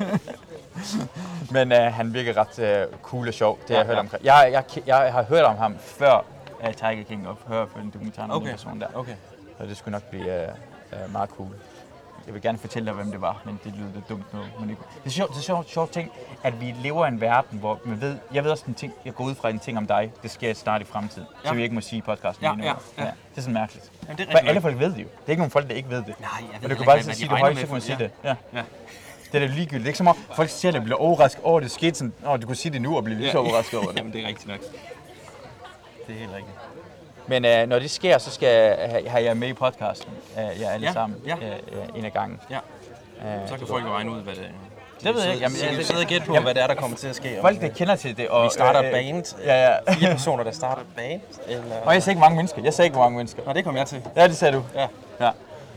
Men uh, han virker ret uh, cool og sjov. Det har jeg Ja, hørt ja. omkring. Jeg, jeg, jeg har hørt om ham før uh, Tiger King og hørt på en dokumentar om Okay. den person der. Okay. Så det skulle nok blive uh, uh, meget cool. Jeg vil gerne fortælle dig, hvem det var, men det lyder lidt dumt nu. Men det, det er sjovt, det er sjovt, sjovt ting, at vi lever i en verden, hvor man ved, jeg ved også en ting, jeg går ud fra en ting om dig, det sker snart i fremtiden, ja. Så vi ikke må sige i podcasten Ja, lige nu. ja, ja. Det er sådan mærkeligt. Jamen, det er For rigtig alle nok. folk ved det jo. Det er ikke nogen folk, der ikke ved det. Nej, jeg ved Og du kan ikke, bare hvad- hvad de sige det regner højt, med så kan man for- sige ja. det. Ja. Ja. Det er da ligegyldigt. Det er ikke som om folk siger, at det bliver overrasket over, det skete sådan, åh, du kunne sige det nu og blive lige så overrasket over det. Jamen, det er rigtigt nok. Det er helt rigtigt. Men øh, når det sker, så skal jeg have jer med i podcasten, øh, jer alle Ja, sammen, ja. øh, øh, en af gangen. Ja. Øh, Så kan folk jo regne ud, hvad det er. Det ved jeg ikke. Jamen, Så kan jeg- vi sidde og gætte på, Jamen, hvad det er, der kommer til at ske. folk, der kender til det. Og, Vi starter øh, et band. Ja, ja. Fire personer, der starter et band. Eller... Og jeg sagde ikke mange mennesker. Jeg sagde ikke mange mennesker. Nå, det kom jeg til. Ja, det sagde du. Ja. Ja.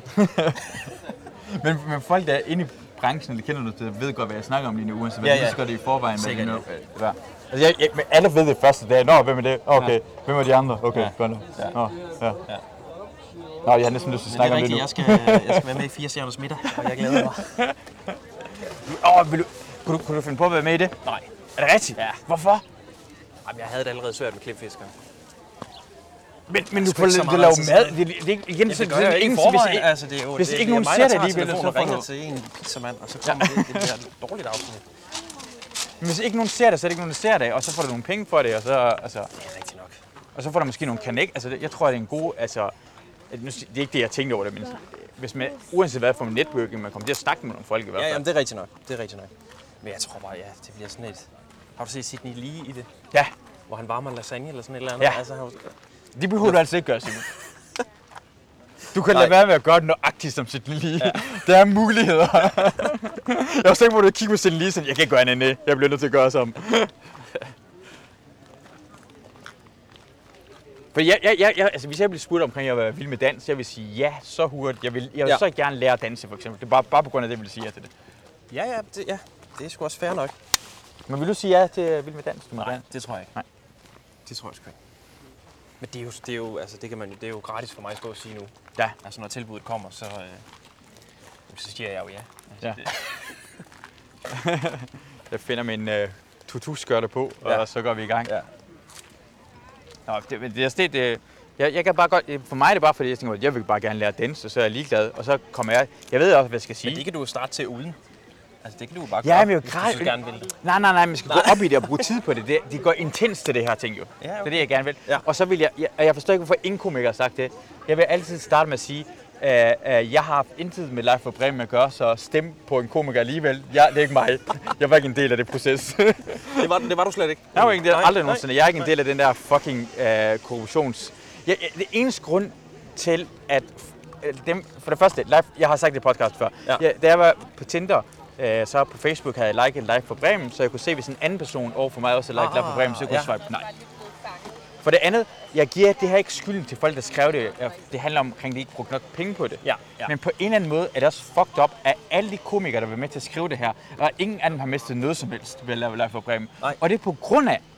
men, men folk, der er inde i branchen, der kender du til, ved godt, hvad jeg snakker om lige nu, uanset hvad Ja, ja, ja. ja. det i forvejen. Hvad Sikkert, det nu. Ja. Altså, jeg, jeg, men alle ved det første dag. Nå, hvem er det? Okay. Ja. Hvem er de andre? Okay, Ja. godt. Ja. Nå, ja. Ja. Nå, jeg har næsten lyst til at Men det snakke er om det rigtigt, nu. jeg skal, jeg skal være med i Fire Stjerners Middag, og jeg glæder mig. Åh, oh, vil du, kunne, du, kunne du finde på at være med i det? Nej. Er det rigtigt? Ja. Hvorfor? Jamen, jeg havde det allerede svært med klipfiskeren. Men, men du sgu får ikke så du meget laver tid til mad. det. Det, det, det, igen, Ja, så, det gør jeg ikke i ingen- forvejen. Hvis, Altså, det er jo, hvis det, ikke det er nogen mig, ser der det tager alligevel, telefonen så og får ringer du... til en pizzamand, og så kommer det, det bliver et dårligt afsnit. Men hvis ikke nogen ser det, så er det ikke nogen, der ser det, og så får du nogle penge for det, og så, altså, Det er rigtigt nok. og så får du måske nogle connect. Altså, det- jeg tror, det er en god, altså, at nu, det er ikke det, jeg tænkte over det, men hvis man, uanset hvad for en networking, man kommer til at snakke med nogle folk i hvert Ja, fald. jamen, det er rigtigt nok. Det er rigtigt nok. Men jeg tror bare, ja, det bliver sådan et... Har du set Sidney Lee i det? Ja, Hvor han varmer lasagne eller sådan et eller andet? Ja. Altså, han... det behøver du altså ikke gøre, Simon. Du kan Nej. lade være med at gøre det nøjagtigt som Sidney Lee. Ja. Der er muligheder. Jeg var sikker på, at du kigger på Sidney Lee, sådan, jeg kan ikke gøre andet end det. Jeg bliver nødt til at gøre som. For jeg, jeg, jeg, jeg, altså, hvis jeg bliver spurgt omkring at være vild med dans, jeg vil sige ja, så hurtigt. Jeg vil, jeg vil Ja. så gerne lære at danse, for eksempel. Det er bare, bare på grund af det, jeg vil sige ja til det. Ja, ja, det, ja. Det er sgu også fair nok. Men vil du sige ja til vild med dans? Du må Nej, gerne. det tror jeg ikke. Nej. Det tror jeg sgu ikke. Men det er jo, det er jo, altså, det kan man jo, det er jo gratis for mig at stå og sige nu. Ja. Altså, når tilbuddet kommer, så, øh, så siger jeg jo ja. Altså, Ja. Det, Jeg finder min uh, tutu-skørte på, Ja. og så går vi i gang. ja. Nå, det, det, det, det, det jeg, jeg kan bare godt, for mig er det bare fordi, jeg tænker, at jeg vil bare gerne lære at danse, og så er jeg ligeglad, og så kommer jeg, jeg ved også, hvad jeg skal sige. Men det kan du jo starte til uden. Altså, det kan du jo bare Ja, gøre, men jo hvis grej- du så gerne vil det. Nej, nej, nej, man skal nej. gå op i det og bruge tid på det. Det, de går intens til det her ting jo. Ja, Det er okay. det, jeg gerne vil. Ja. Og så vil jeg, jeg, og jeg forstår ikke, hvorfor ingen komiker har sagt det. Jeg vil altid starte med at sige, at uh, jeg har haft intet med Live for Bremen at gøre, så stem på en komiker alligevel. Ja, det er ikke mig. Jeg var ikke en del af det proces. Det var, det var du slet ikke. Jeg var ikke en del, Nej, aldrig nej. nogensinde. Jeg er ikke en del af den der fucking uh, korruptions... Jeg, jeg, det eneste grund til, at øh, dem, for det første, live, jeg har sagt det i podcast før, Ja. jeg, da jeg var på Tinder, øh, så på Facebook havde jeg liket Live for Bremen, så jeg kunne se, hvis en anden person over for mig også havde liket Live for Bremen, så jeg kunne ja. swipe nej. For det andet, jeg giver det her ikke skylden til folk, der skrev det. Det handler omkring, at de ikke brugte nok penge på det. Ja, ja. Men på en eller anden måde er det også fucked up, at alle de komikere, der var med til at skrive det her, og ingen af dem har mistet noget som helst ved at lave Live for Bremen. Nej. Og det er på grund af,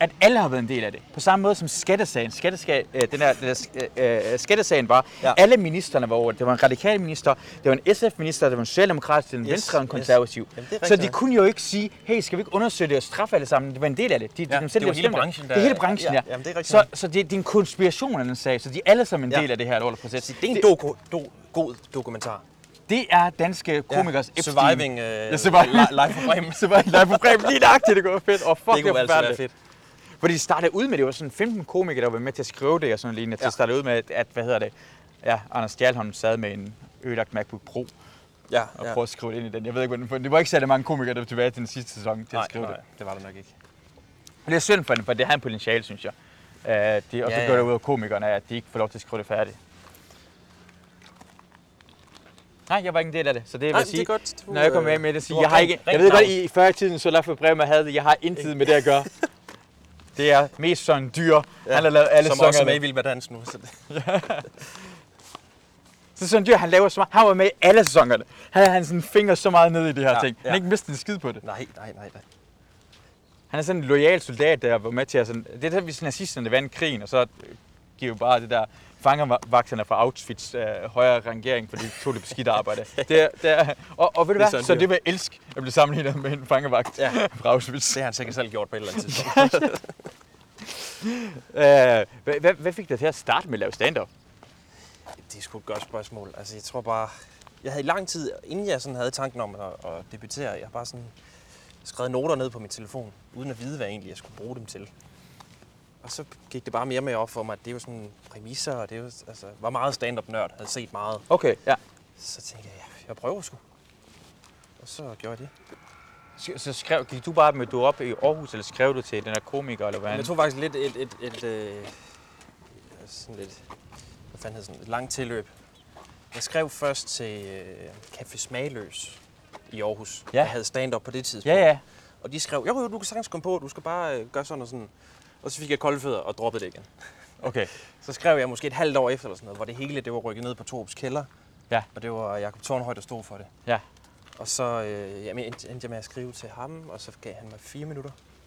at alle har været en del af det. På samme måde som skattesagen. Skattesagen, øh, den der, den der øh, skattesagen var, ja. alle ministerne var over. Det var en radikal minister, det var en S F-minister, det var en socialdemokratisk, en yes, venstre og en konservativ. Yes. Jamen, så de kunne jo ikke sige, hey, skal vi ikke undersøge det og straffe alle sammen? Det var en del af det. De, ja, de selv det var hele branchen. Der... Det er hele branchen, ja. ja. Jamen, det er så så det, det er en konspiration af den sag, så de er alle sammen en ja. del af det her lorteproces. Det er en do- do- god dokumentar. Det er danske komikers ja, Surviving uh, ja, surviving. Live for Bremen. Surviving Live for Bremen. Lige nøjagtigt, det går fedt. Og fuck, det kunne altså være fedt. Fordi de startede ud med, det var sådan femten komikere, der var med til at skrive det og sådan lignende. Ja. De startede ud med, at, at, hvad hedder det, ja, Anders Stjælholm sad med en ødelagt MacBook Pro. Ja, og ja. prøvede at skrive det ind i den. Jeg ved ikke, hvordan det var ikke særlig mange komikere, der var tilbage til den sidste sæson til nej, at skrive nej, det. det var det nok ikke. Men det er synd for den, for det har en potentiale, synes jeg. Uh, de, og ja, så gør det ud af komikerne, at de ikke får lov til at skrive det færdigt. Nej, jeg var ikke en del af det, så det vil jeg sige, det godt, du, når jeg kommer med med det, at sige, jeg har ikke, jeg ved godt, i før i tiden, så Live for Bremen havde det, jeg har intet med det at gøre. Det er mest sådan dyr. Ja, han har lavet alle som sangerne. Også er med i Vild med Dans nu. Så det. Så sådan dyr, han laver så meget. Han var med i alle sæsonerne. Han har han sådan finger så meget ned i de her ja, ting. Han ja. ikke mistet en skid på det. Nej, nej, nej, nej. Han er sådan en loyal soldat, der var med til at sådan... Det er der, hvis nazisterne vandt krigen, og så giver bare det der fangervagterne fra Auschwitz øh, højere rangering, fordi de tog det beskidt arbejde. Det er, det er, og, og ved du hvad? Så det vil jeg elske at blive sammenlignet med en fangevagt ja. fra Auschwitz. Det har han sikkert selv gjort på et eller andet tidspunkt. øh, hvad, hvad, hvad fik dig til at starte med at lave stand-up? Det er sgu et godt spørgsmål. Altså, jeg tror bare... Jeg havde i lang tid, inden jeg sådan havde tanken om at, at debutere, jeg har bare sådan skrevet noter ned på min telefon, uden at vide, hvad egentlig jeg skulle bruge dem til. Og så gik det bare mere og mere op for mig, at det er jo sådan præmisser, og det er jo, altså, var meget stand-up-nørd, havde set meget. Okay, ja. Så tænkte jeg, ja, jeg prøver sgu. Og så gjorde jeg det. Så skrev, gik du bare med du op i Aarhus, eller skrev du til den der komiker, eller hvad? Jeg tog faktisk lidt et, et, et, et, et sådan lidt, hvad fanden hedder sådan, et langt tilløb. Jeg skrev først til uh, Café Smagløs i Aarhus, ja. Jeg havde stand-up på det tidspunkt. Ja, ja. Og de skrev, jo, jo, du kan sagtens komme på, du skal bare uh, gøre sådan og sådan. Og så fik jeg kolde fødder og droppede det igen. Okay. Så skrev jeg måske et halvt år efter eller sådan noget, hvor det hele det var rykket ned på Torps kælder. Ja. Og det var Jakob Tornhøj, der stod for det. Ja. Og så øh, jamen, endte jeg med at skrive til ham, og så gav han mig fire minutter.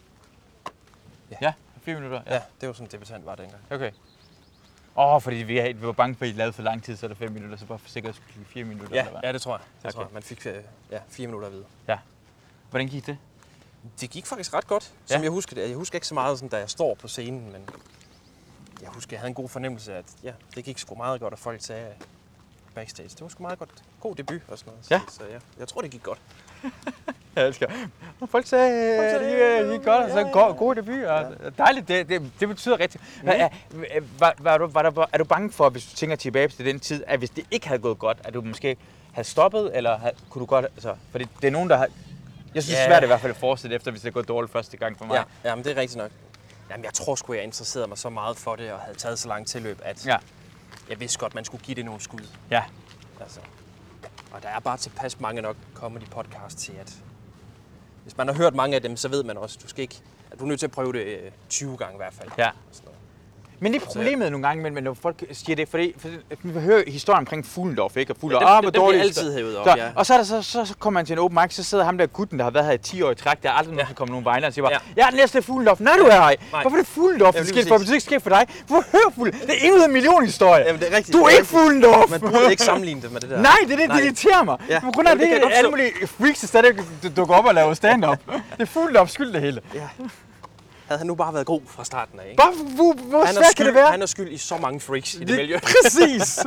Ja, ja fire minutter? Ja. ja, det var sådan, debutant var dengang. Okay. Åh, oh, fordi vi, vi var bange for, at I lavede for lang tid, så er der fem minutter, så bare for sikkerhed skulle fire minutter, ja, eller hvad? Ja, det tror jeg. Det okay. tror jeg. Man fik ja, fire minutter at vide. Ja. Hvordan gik det? Det gik faktisk ret godt, som ja. jeg husker det. Jeg husker ikke så meget, sådan, da jeg står på scenen, men jeg husker, jeg havde en god fornemmelse af, at ja, det gik sgu meget godt, at folk sagde backstage. Det var sgu meget godt. God debut og sådan noget. Ja. Så, så ja, jeg tror, det gik godt. Jeg elsker. Folk sagde, at det gik godt, og så god, god debut. Og ja. Dejligt, det, det, det betyder rigtigt. Mm. Er, var, var du, var der, er du bange for, hvis du tænker tilbage til den tid, at hvis det ikke havde gået godt, at du måske havde stoppet, eller havde, kunne du godt... Altså, fordi det er nogen, der har... Jeg synes, det er svært i hvert fald at fortsætte efter, hvis det er gået dårligt første gang for mig. Ja, jamen, det er rigtigt nok. Jamen, jeg tror sgu, jeg interesserede mig så meget for det, og havde taget så langt tilløb, at ja. jeg vidste godt, man skulle give det nogle skud. Ja. Altså. Og der er bare tilpas mange nok comedy podcast til, at hvis man har hørt mange af dem, så ved man også, at du skal ikke, at du er nødt til at prøve det tyve gange i hvert fald. Ja. Men det er problemet nogle gange, men når folk siger det, fordi for, vi hører historien omkring Fuglendorf, ikke? Og Fuglendorf, ja, det, ah, det bliver altid hævet op, ja. Og så, er der, så, så, så kommer man til en open mic, så sidder ham der gutten, der har været her i ti år i træk, der er aldrig nogen, der kommer nogen vejler og siger bare, ja, ja den næste er Fuglendorf. Nej, du er her. Hvorfor er det Fuglendorf? Det sker for, det ikke sker for dig. Hvorfor hører Fuglendorf? Det er en ud af en million historie. Jamen, det er rigtigt. Du er ikke Fuglendorf. Man burde ikke sammenligne det med det der. Nej, det er det, det irriterer mig. Ja. På grund af det, det alle mulige freaks, der stadig dukker op og laver stand-up. Det er Fuglendorf skyld det hele. Ja. Havde han nu bare været god fra starten af, ikke? Bare, hvor, hvor svært kan det være? Han er skyld i så mange freaks i det, det miljø. Præcis!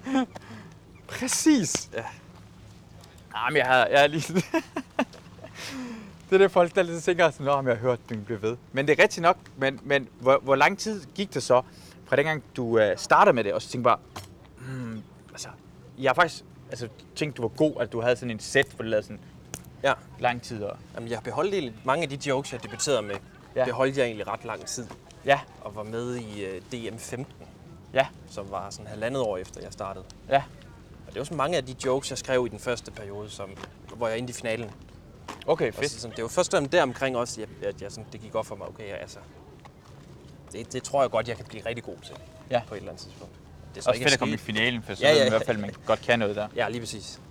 Præcis! Ja. Jamen, jeg har, jeg har lige... det er det, folk der lidt tænker sådan, at jeg har hørt, den bliver ved. Men det er rigtigt nok, men, men hvor, hvor lang tid gik det så, fra dengang du uh, startede med det, og så tænkte bare, hmm, altså, jeg har faktisk altså, tænkt, du var god, at du havde sådan en set, hvor du lavede sådan ja. lang tid. Og... Jamen, jeg har beholdt det, mange af de jokes, jeg debuterede med. Ja. Det holdt jeg egentlig ret lang tid. Ja. Og var med i uh, D M femten. Ja. Som var sådan halvandet år efter, jeg startede. Ja. Og det var så mange af de jokes, jeg skrev i den første periode, som, hvor jeg endte i finalen. Okay, fedt. Så, sådan, det var først der omkring også, at, at jeg, sådan, det gik op for mig. Okay, ja, altså, det, det tror jeg godt, jeg kan blive rigtig god til ja. på et eller andet tidspunkt. Det er så også fedt at komme i finalen, for så ja, ja, ja. ja. i hvert fald, man godt kan noget der. Ja, lige præcis.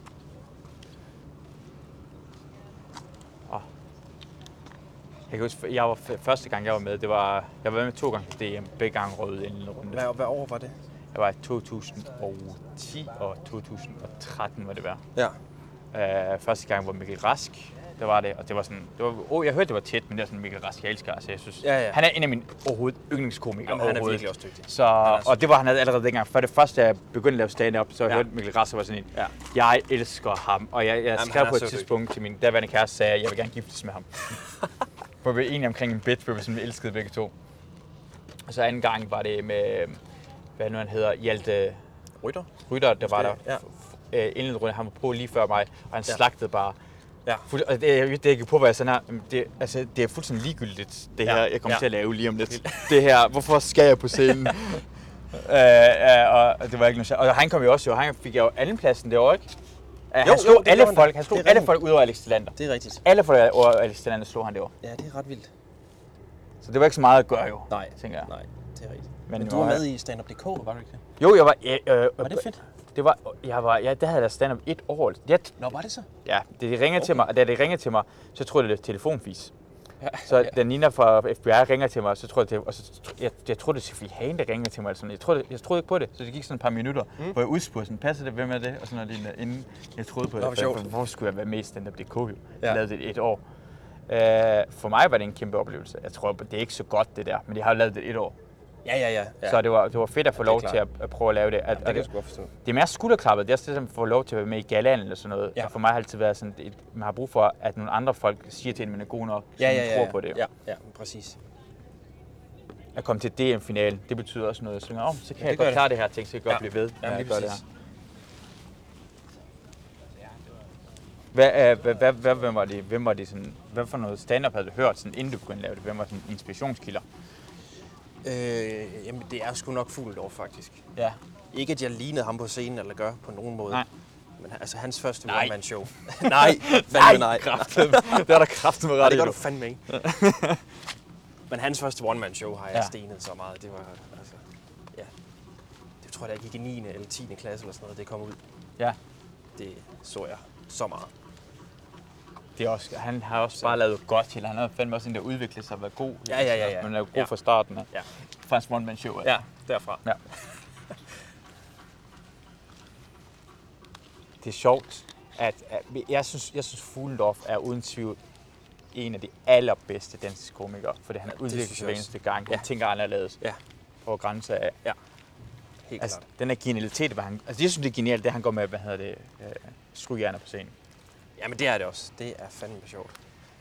Jeg kan huske, jeg var f- første gang, jeg var med, det var, jeg var med to gange til D M, begge gange røde inden en runde. Hvad, hvad år var det? Jeg var i to tusind og ti og to tusind og tretten, var det værd. Ja. Uh, første gang var Mikkel Rask, der var det, og det var sådan, det var, oh, jeg hørte, det var tæt, men det var sådan Mikkel Rask, jeg elsker, altså jeg synes, ja, ja. han er en af mine overhovedet yndlingskomikere. Jamen, han er virkelig også dygtig. Så, og det var han allerede dengang, for det første, jeg begyndte at lave stand-up, så jeg ja. hørte Mikkel Rask, og var sådan en, ja. jeg elsker ham, og jeg, jeg Jamen, skrev på et tidspunkt dygtig. til min daværende kæreste, sagde, at jeg vil gerne giftes med ham. For vi var enige omkring en bit, hvor vi sådan elskede begge to. Og så anden gang var det med, hvad nu han hedder, Hjalte Rytter, Rytter der var der. Ja. Inden runde, han var på lige før mig, og han ja. slagtede bare. Ja. Fuld, og det, det gik på, hvad jeg sådan her, det, altså, det er fuldstændig ligegyldigt, det her, ja. jeg kommer ja. til at lave lige om lidt. Det her, hvorfor skal jeg på scenen? uh, uh, og det var ikke noget. Og han kom jo også, jo, han fik jo andenpladsen det år, ikke? Uh, jo, han slog jo, alle folk, han slog alle folk ud over Alex Tillander. Det er rigtigt. Alle folk over Alex Tillander slog han det år. Ja, det er ret vildt. Så det var ikke så meget at gøre jo, nej, tænker jeg. Nej, det er rigtigt. Men, Men du var med i stand up punktum d k, var du ikke det? Jo, jeg var... Øh, øh, var det fedt? Det var, jeg var, ja, der havde jeg stand-up et år. Jeg, Nå, var det så? Ja, det, de ringede okay. til mig, og da de ringede til mig, så troede jeg, det var telefonfis. Ja, så ja. da Nina fra F B I ringer til mig, så tror jeg, det, og så, jeg, jeg troede, det var Sofie Hagen, der ringede til mig. Sådan. Jeg, troede, jeg troede ikke på det, så det gik sådan et par minutter, mm. hvor jeg udspurgte sådan, passer det, hvem er det? Og sådan noget lignende, inden jeg troede på det. For, for, hvor skulle jeg være med i stand-up punktum d k? Jeg ja. lavede det et år. Uh, for mig var det en kæmpe oplevelse. Jeg tror, det er ikke så godt det der, men jeg har lavet det et år. Ja, ja, ja, ja. Så det var, det var fedt at få ja, lov til at, at prøve at lave det. At, ja, det kan det, jeg godt forstå. Det er mere skulderklappet. Det er sådan, at få lov til at være med i galaen eller sådan noget. Ja. Og for mig har det altid været sådan, at man har brug for, at nogle andre folk siger til en, at man er god nok, ja, så ja, man ja, tror ja. på det. Ja, ja, præcis. At komme til D M-finalen, det betyder også noget. Så, oh, så kan ja, jeg godt klare det her ting, så jeg kan ja. godt blive ved. Ja, det gør det her. Hvad, hvad, hvad, hvad, hvem var det, hvem var det sådan, hvad for noget stand-up havde du hørt, sådan, inden du begyndte at lave det? Hvem var sådan inspirationskilder? Øh, jamen, det er sgu nok Fuglendorf, faktisk. Ja. Ikke, at jeg lignede ham på scenen, eller gør på nogen måde. Nej. Men altså, hans første nej. one-man-show. nej, fandme nej. Kraften. Det er der kraften med ret i. Det gør du fandme ikke. Men hans første one-man-show har jeg ja. stenet så meget. Det var, altså, ja. Det tror jeg, da jeg gik i niende eller tiende klasse eller sådan noget, det kom ud. Ja. Det så jeg så meget. Det er også, han har også så. bare lavet godt til. Han har fandme også en, der udviklet sig og været god. Ja, ja, ja. ja. Men er jo god ja. fra starten af. Ja. Fra hans one-man-show. Altså. Ja, derfra. Ja. Det er sjovt, at, at jeg synes, jeg synes Fuglendorf er uden tvivl en af de allerbedste danske komikere, fordi han har udviklet sig hver eneste gang. Jeg ja. tænker anderledes ja. på grænse af. Ja, helt altså, klart. Den er genialitet, hvad han, altså jeg synes det er genialt, det han går med, hvad hedder det, øh, skruehjerner på scenen. Jamen det er det også. Det er fandme sjovt.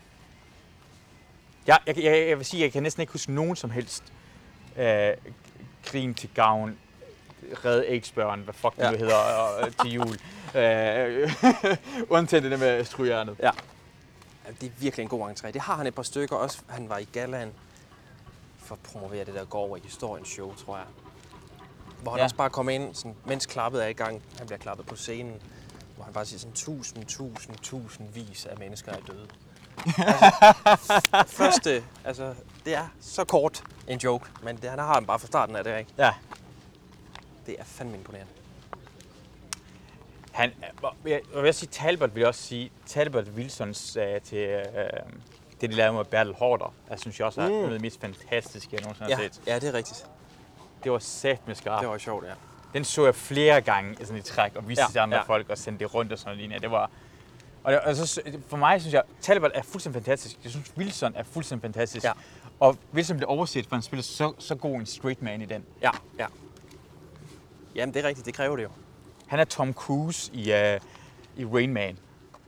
Ja, jeg, jeg, jeg vil sige, jeg kan næsten ikke huske nogen som helst øh, krigen til gavn, redde ægsbørn, hvad fuck ja. det hedder, og, til jul. Øh, undtagen det der med skruehjernet. Ja. Ja, det er virkelig en god entré. Det har han et par stykker også. Han var i Gallaen for at promovere det der går over i historiens show, tror jeg. Hvor han ja. også bare kommer ind, sådan, mens klappet er i gang. Han bliver klappet på scenen. Hvor han bare siger sådan, tusind, tusind, tusindvis af mennesker er døde. altså, første, altså, det er så kort en joke, men det, han har han bare fra starten af det, ikke? Ja. Det er fandme imponerende. Han, jeg vil sige, Talbot vil også sige, Talbot Wilsons uh, til uh, det, de lavede med Bertel Haarder, jeg synes jeg også er mm. noget af det mest fantastiske, jeg nogensinde har ja. set. Ja, det er rigtigt. Det var sat med skarpt. Det var sjovt, ja. Den så jeg flere gange sådan i træk og viste ja, til andre ja. folk og sendte det rundt og sådan noget lignende. Det var og, det, og så, for mig synes jeg, Talbot er fuldstændig fantastisk. Jeg synes Wilson er fuldstændig fantastisk. Ja. Og Wilson blev overset, for han spiller så så god en straight man i den. Ja, ja. Jamen det er rigtigt, det kræver det jo. Han er Tom Cruise i uh, i Rain Man.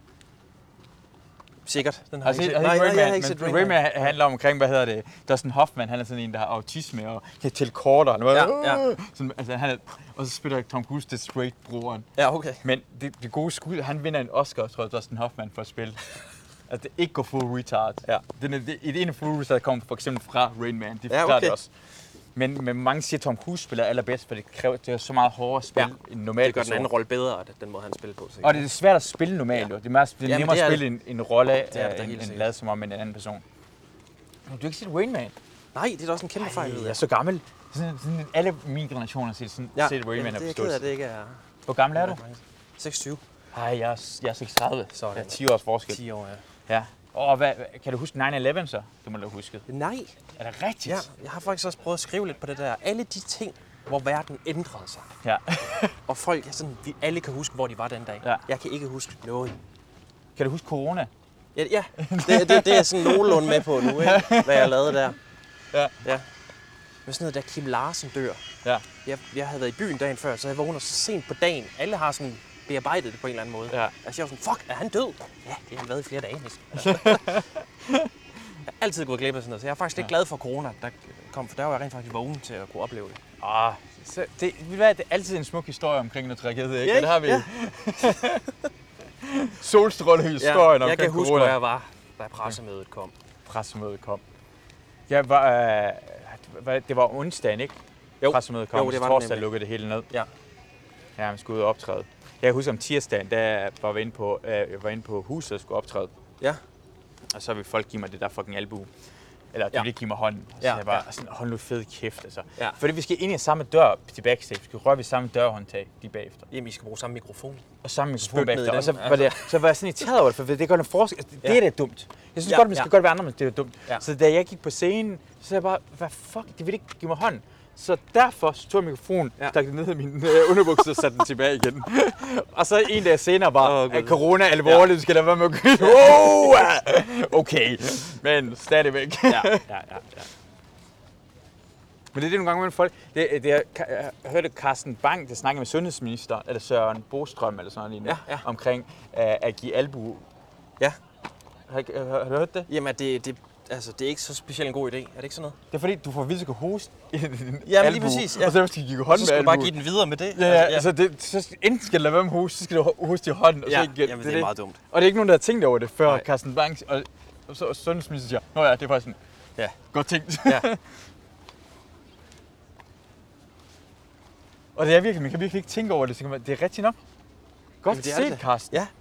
Sikkert. Den har altså, jeg ikke set. Nej, nej, jeg har ikke set Rain Man. Rain Man handler omkring, hvad hedder det, Dustin Hoffman, han er sådan en, der har autisme og kan tælle korter. Ja, ja. Sådan, altså, han er, og så spiller Tom Cruise det straight-broren. Ja, okay. Men det, det gode skud, han vinder en Oscar, tror jeg, Dustin Hoffman for at spille. Altså, det ikke går full retard. Ja. Det er det ene full retard, der kommer for eksempel fra Rain Man. Det ja, okay. det også. Men, men mange siger, at Tom Cruise spiller allerbedst, for det kræver det er så meget hårdere at spille ja. end normalt. Det gør den anden rolle bedre, den måde han spiller på. Og det er svært at spille normalt. Ja. Det er, meget, det er Jamen, nemmere det er at spille en, en rolle, det er det, end, end lade som om en anden person. Du har ikke set Rain Man? Nej, det er da også en kæmpe fejl. Jeg er så gammel. Sådan, sådan, alle mine generationer har set, sådan, ja. set Rain Man. Ja, det er ked af, det ikke er... Hvor gammel er du? seksogtyve. Nej, jeg er, jeg er seksogtredive. Sådan. Jeg er ti års forskel. ti år, ja. Ja. Åh, hvad, kan du huske nine eleven så? Det må du have husket. Nej. Er det rigtigt? Ja, jeg har faktisk også prøvet at skrive lidt på det der. Alle de ting, hvor verden ændrede sig. Ja. Og folk, sådan, vi alle kan huske, hvor de var den dag. Ja. Jeg kan ikke huske noget. Kan du huske corona? Ja, ja. Det, det, det er sådan nogenlunde med på nu, ikke? Hvad jeg lavede der. Ja. Ja. Men sådan noget, da Kim Larsen dør. Ja. Jeg, jeg havde været i byen dagen før, så jeg vågner så sent på dagen. Alle har sådan bearbejdet det på en eller anden måde. Ja. Altså jeg var sådan, fuck, er han død? Ja, det har han været i flere dage næsten. Altså. Jeg har altid gået glip af sådan noget, så jeg er faktisk lidt glad for corona, der kom, for der var jeg rent faktisk vågen til at kunne opleve det. Ah, så det, ved du hvad, det er altid en smuk historie omkring noget tragedie, ikke? Ja, det har vi. Ja. Solstrålehistorien ja, omkring jeg kan huske, corona. hvor jeg var, da pressemødet kom. Pressemødet kom. Jeg var, øh, det var onsdagen, ikke? Jo. Pressemødet kom, Jo, det så var det torsdag nemlig. lukkede det hele ned. Ja. Ja, man skulle ud og optræde. Jeg kan huske om tirsdagen, der var vi inde på, øh, jeg var inde på huset og skulle optræde. Ja. Og så ville folk give mig det der fucking albue. Eller de Ja. ville give mig hånden. Så Ja, jeg bare ja. sådan, hold nu fed kæft, altså. Ja. Fordi vi skal ind i samme dør til backstage. Vi skal røre ved samme dørhåndtag lige bagefter. Jamen, I skal bruge samme mikrofon. Og samme mikrofon Spyt ned i bagefter. Og så den, var, det, så var jeg sådan irriteret over det, for det gør en forskel. Det, Ja. det er da dumt. Jeg synes Ja, godt, man skal ja. godt være andre, men det er dumt. Ja. Så da jeg gik på scenen, så sagde jeg bare, hvad fuck, de vil ikke give mig hånden. Så derfor så tog jeg mikrofonen, Ja. stak den ned i min øh, underbukser og satte den tilbage igen. Og så en dag senere bare, Åh, Gud. at corona er alvorligt, du skal lade være med at gå. Wow! Okay, men stadigvæk. Ja, ja, ja. ja. Men det er det nogle gange med folk. Det, det er, jeg hørte Carsten Bang, der snakkede med sundhedsminister, eller Søren Bostrøm, eller sådan noget, Ja, ja. omkring uh, at give albu. Ja. Har, har, har du hørt det? Jamen, det, det, altså, det er ikke så specielt en god idé. Er det ikke sådan noget? Det er fordi, du får vildt at hoste i din Ja, men albu, lige præcis, ja. og så skal du give Og hånden så med skal du albu. bare give den videre med det. Ja, ja, altså det, så enten skal du lade være med at hoste, så skal du hoste i hånden, og Ja, så ikke igen. jamen, det er meget dumt. Og det er ikke nogen, der har tænkt over det før Nej. Carsten Bang, og, og så og sundhedsminister siger, nå ja, det er faktisk sådan, Ja. godt tænkt. Ja. Og det er virkelig, man kan virkelig ikke tænke over det, så kan man, det er rigtigt nok. Godt Jamen, det er set, det. Carsten. Ja.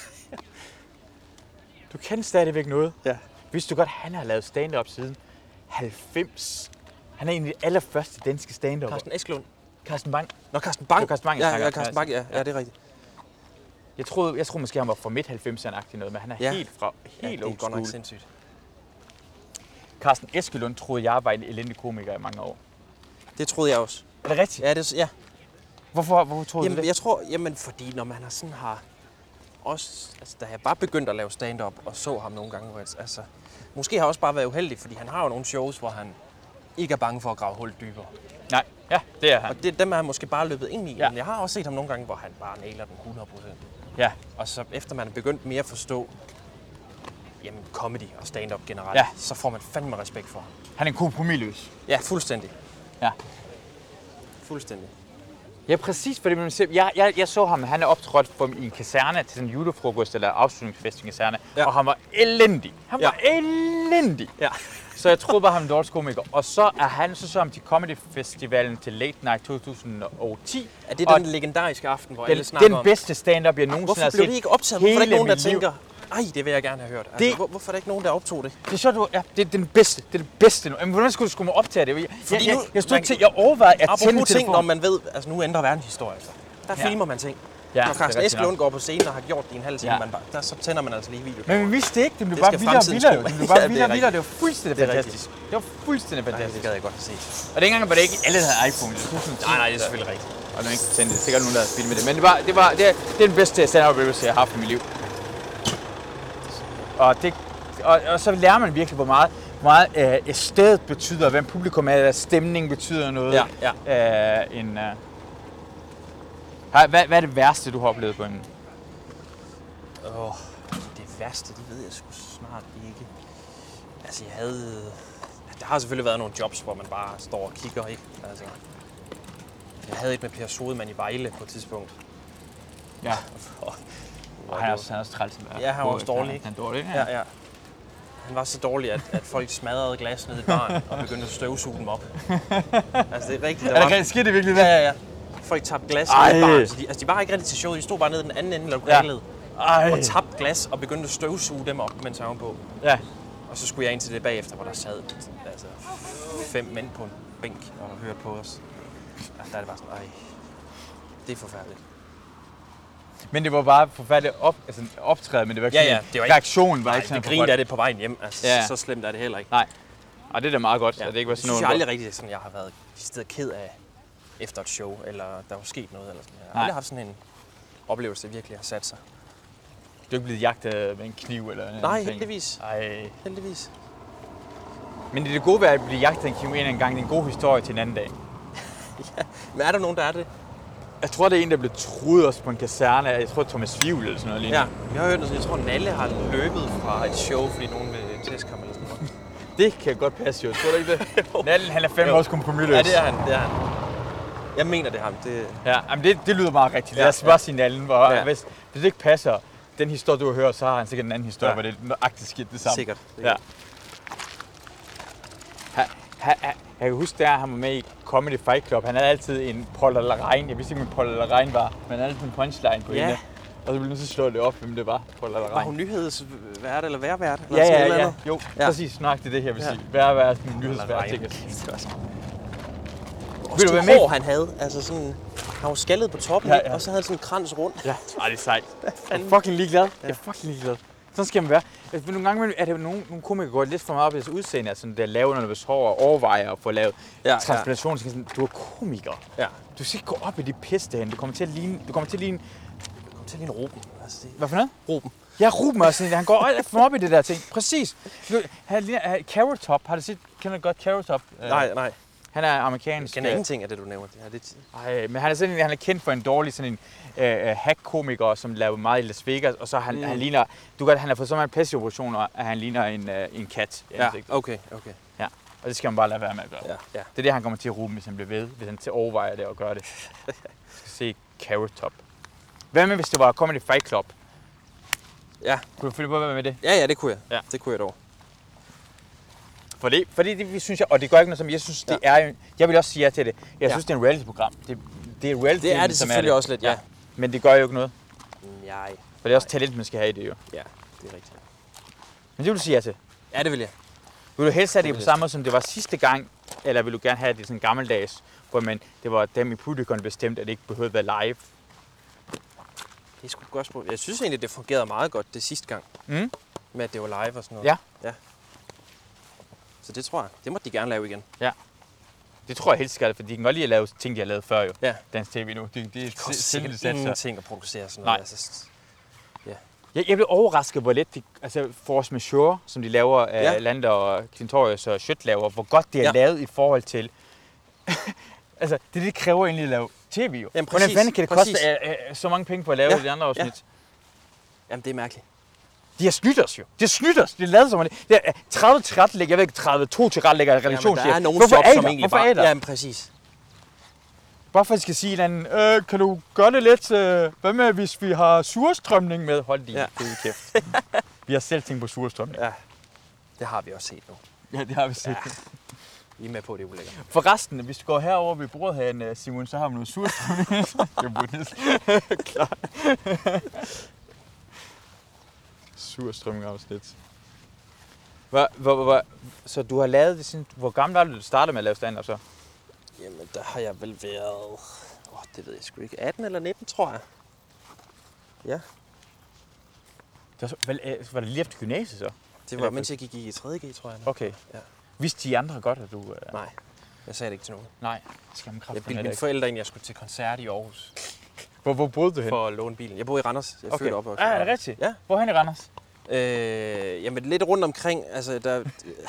Du kan stadigvæk noget. Ja. Vidste du godt, han har lavet stand-up siden halvfems? Han er en af de allerførste danske stand-upper. Carsten Eskelund. Carsten Bang. Nå, Carsten Bang. Det var Carsten Bang, jeg ja, snakker ja, om. Carsten Bang, ja, ja, det er rigtigt. Jeg troede, jeg troede måske, han var fra midt halvfemserne-agtig noget, men han er Ja. helt fra Ja, helt det er old godt nok school. sindssygt. Carsten Eskelund troede jeg var en elendig komiker i mange år. Det troede jeg også. Er det rigtigt? Ja, det, ja. Hvorfor, hvorfor troede Jamen, du det? jeg tror, jamen, fordi når man har sådan har... Også, altså, da jeg bare begyndte at lave stand-up og så ham nogle gange, hvor jeg, altså... Måske har jeg også bare været uheldig, fordi han har jo nogle shows, hvor han ikke er bange for at grave hullet dybere. Nej, ja, det er han. Og det, dem er han måske bare løbet ind i. Ja. Men jeg har også set ham nogle gange, hvor han bare nailer den hundrede procent. Ja, Og så efter man er begyndt mere at forstå jamen, comedy og stand-up generelt, Ja. så får man fandme respekt for ham. han er en kompromisløs. Ja, fuldstændig. Ja. Fuldstændig. Ja, præcis, fordi man siger, jeg, jeg, jeg så ham, han er optrådt for, i en kaserne til sådan en julefrokost eller afslutningsfest i en kaserne, Ja. og han var elendig. Han var Ja. elendig. Ja. Så jeg troede bare, han var en dårlig komiker. Og så er han så så ham til Comedy Festivalen til Late Night to tusind og ti. Er det og den legendariske aften, hvor den, alle snakker den om... bedste stand-up, jeg nogensinde Hvorfor har blev set. det ikke optaget? Hvorfor er der ikke hele nogen, der mit liv. tænker, ej, det vil jeg gerne have hørt? Altså, Det- hvor, hvorfor er der ikke nogen, der optog det? Det er så, du, ja, det er den bedste. Det er det bedste nu. Men hvordan skulle du skulle optage det? Jeg, Fordi jeg, nu- jeg, jeg stod man- til, jeg overvejede at tænde Apropos ting, når telefonen. man ved, altså nu ændrer verdenshistorie. Altså. Der Ja. filmer man ting. Ja, Når det er Carsten rigtigt Eskelund nok. går på scenen og har gjort det i en halv time, Ja. man bare, der, så tænder man altså lige video. Men vi vidste ikke, det blev Det bare skal vildere og fremtidens vildere. tro. Det blev bare Ja, det er vildere og vildere. rigtigt. Det var fuldstændig Det er fantastisk. Det var fuldstændig Nej, det fantastisk. gad jeg godt at se. Og dengang var det ikke alle, der havde iPhone. Det var Nej, nej, det er selvfølgelig rigtigt. Og nu ikke tændt det. Sikkert nogen, der havde filmet det. Men det var, det var, det er, det er den bedste stand-up-oplevelse, jeg har haft i mit liv. Og, det, og, og så lærer man virkelig, hvor meget, hvor meget øh, stedet betyder, hvem publikum er, at stemning betyder noget. Ja, ja. Øh, en, øh. Hvad, hvad er det værste, du har oplevet på en... Åh, det værste, det ved jeg sgu snart ikke. Altså, jeg havde... Der har selvfølgelig været nogle jobs, hvor man bare står og kigger, ikke? Altså, jeg havde et med Per Sodemann i Vejle på et tidspunkt. Ja, Og, og han er også, han er også træls. Ja, han var også dårlig, ikke? Han er dårlig, ikke? ja, ja. Han var så dårlig, at, at folk smadrede glas ned i baren og begyndte at støvsuge dem op. Altså, det er rigtigt. Der Er var... det rigtigt? Sker det virkelig Ja, det? ja, ja. Folk tabte glas Ej. ned i baren. Så de, altså, de var ikke rigtig til showet. De stod bare nede i den anden ende af lokalet. Ej. Og tabte glas og begyndte at støvsuge dem op, mens han var på. Ja. Og så skulle jeg ind til det bagefter, hvor der sad altså, fem mænd på en bænk og hørte på os. Ja, der er det bare sådan, ej, det er forfærdeligt. Men det var bare forfærdeligt op, altså optrædet, men det var ikke Ja, sådan, ja, det var en ikke- reaktionen var Nej, ikke sådan vi grinede af det på vejen hjem. Altså, Ja. så slemt er det heller ikke. Nej, og det er da meget godt, Ja. at det ikke var Det sådan synes noget. jeg aldrig rigtigt, sådan jeg har været i stedet ked af efter et show, eller der var sket noget. Eller sådan. Jeg har Nej. aldrig haft sådan en oplevelse, der virkelig har sat sig. Du er ikke blevet jagtet med en kniv eller noget. Nej, heldigvis. Ej. Heldigvis. Men det er det gode ved at blive jagtet af en kniv en en gang. Det er en god historie til en anden dag. Men er der nogen, der er det? Jeg tror, det er en, der blev truet også på en kaserne. Jeg tror, Thomas Vivl eller sådan noget lignende. Ja, jeg har hørt noget, jeg tror, Nalle har løbet fra et show, fordi nogen vil tæske ham eller sådan noget. Det kan godt passe jo. Tror du ikke det? Nallen, han er fandme Jo. også kompromisløs. Ja, det er han, det er han. Jeg mener, det er ham. Det... Ja, jamen det, det lyder meget rigtigt. Ja, Lad os bare ja. sige Nallen. Hvor, Ja. hvis, hvis det ikke passer, den historie, du har hørt, så har han sikkert en anden historie, Ja. hvor det er nøjagtigt skidt det samme. Sikkert. Ja. Ha, ha, ha, jeg kan huske, der han var med i Comedy Fight Club. Han havde altid en Paul eller Rein. Jeg vidste ikke, hvad Paul eller Rein var, men han havde altid en punchline på Ja. hende. Og så blev jeg så slå det op, hvem det var, Paul eller Var Rein. hun nyhedsvært eller værvært? Ja, ja, ja. Jo, Ja. præcis. Snak det, det her vil Ja. sige. Hver hver sådan en nyhedsvært. Rein. Vil Også du være det med? hår, han havde. Altså sådan, han var skaldet på toppen, Ja, ja, ja. ja. Og så havde han sådan en krans rundt. Ja, ej, det er sejt. Jeg er fucking ligeglad. Ja. Jeg er fucking ligeglad. Sådan skal man være. Altså, nogle gange er det nogle, nogle komikere går lidt for meget op i deres udseende, altså der laver noget hvis hår og overvejer at få lavet Ja, ja. transplantation. Ja. Du er komiker. Ja. Du skal ikke gå op i de pisse derhen. Du kommer til at ligne... Du kommer til at ligne... Kom til lige en Ruben. Altså, det... Hvad for noget? Ruben. Ja, Ruben også. Han går alt for op i det der ting. Præcis. Du, han ligner... Carrot Top. Har du set... Kender du godt Carrot Top? Nej, nej. Han er Jeg amerikansk. kender ingenting af det, du nævner. Det er lidt... Ej, men han er, sådan, han er kendt for en dårlig sådan en øh, hack-komiker, som laver meget i Las Vegas, og så han, mm. han ligner, du kan, han har fået så mange plastikoperationer, at han ligner en, øh, en kat i Ja, ansigtet. okay, okay. Ja, og det skal man bare lade være med at gøre. Ja, ja. Det er det, han kommer til at rume, hvis han bliver ved, hvis han til overvejer det og gør det. Jeg skal se Carrot Top. Hvad med, hvis det var Comedy Fight Club? Ja. Kunne du følge på at være med det? Ja, ja, det kunne jeg. Ja. Det kunne jeg dog. For det, fordi det, vi synes jeg, og det gør ikke noget som, jeg synes, det er, jeg vil også sige ja til det. Jeg Ja. synes, det er en reality-program. Det, det er et reality Det er det som selvfølgelig også lidt, ja. Men det gør jo ikke noget. Nej. For det er også talent, man skal have i det jo. Ja, det er rigtigt. Men det vil du sige ja til. Ja, det vil jeg. Vil du helst have det Det på vil samme måde, som det var sidste gang? Eller vil du gerne have det sådan gammeldags, hvor man, det var dem i publikum bestemt, at det ikke behøvede at være live? Det er sgu et godt spørgsmål. Jeg synes egentlig, det fungerede meget godt det sidste gang. Mm. Med at det var live og sådan noget. Ja. Ja. Så det tror jeg. Det må de gerne lave igen. Det tror jeg helt sikkert, for de kan godt lide at lave ting, de har lavet før jo. Ja. Dansk T V nu. Det, det er Det koster sikkert sikkert det satser. ingenting at producere sådan Nej. noget. Altså, Jeg, jeg blev overrasket, hvor let de, altså Force Majeure, som de laver af Ja. ja. Lander og Clintorius og Schødt laver, hvor godt det er Ja. ja. lavet i forhold til... altså, det, det kræver egentlig at lave tv jo. Jamen, Hvordan præcis, fanden kan det præcis. koste uh, uh, så mange penge på at lave Ja, de andre afsnit? ja. Jamen, det er mærkeligt. De har snydt os jo. De har snydt os. Det er lavet som det. Det er tredive tilrettelægger, jeg ved ikke, tredive to tilrettelægger i Jamen, relation der er nogle Hvorfor jobs, er I som der? egentlig Hvorfor er I der? bare... Jamen, præcis. Bare for at jeg skal sige en anden, øh, kan du gøre det lidt, øh, hvad med hvis vi har surstrømning med? Hold din Ja. ja. kæft. Vi har selv tænkt på surstrømning. Ja. Det har vi også set nu. Ja, det har vi set. Ja. I er med på, det er ulækkert. Forresten, hvis du går herover ved bordet herinde, Simon, så har vi noget surstrømning. Jeg burde næsten. Klar. Surstrømning afsnit. Hvor, hvor, hvor, så du har lavet det siden, hvor gammel var du, du startede med at lave stand-up så? Jamen, der har jeg vel været... Åh, det ved jeg sgu ikke. atten eller nitten, tror jeg. Ja, Det var, så, vel, øh, var det lige efter gymnasiet så? det Eller var, for- mens jeg gik i tredje G, tror jeg. Okay. Ja. Vidste de andre godt, at du... Øh, Nej, jeg sagde det ikke til nogen. nej. Det skal man Jeg kraftigt bildte mine forældre ind, at jeg skulle til koncert i Aarhus Hvor, hvor boede du hen? for at låne bilen. Jeg bor i Randers. Jeg er Okay. født op og Ja, er det rigtigt? Ja. Hvorhen i Randers? Øh, jamen, lidt rundt omkring. Altså, der...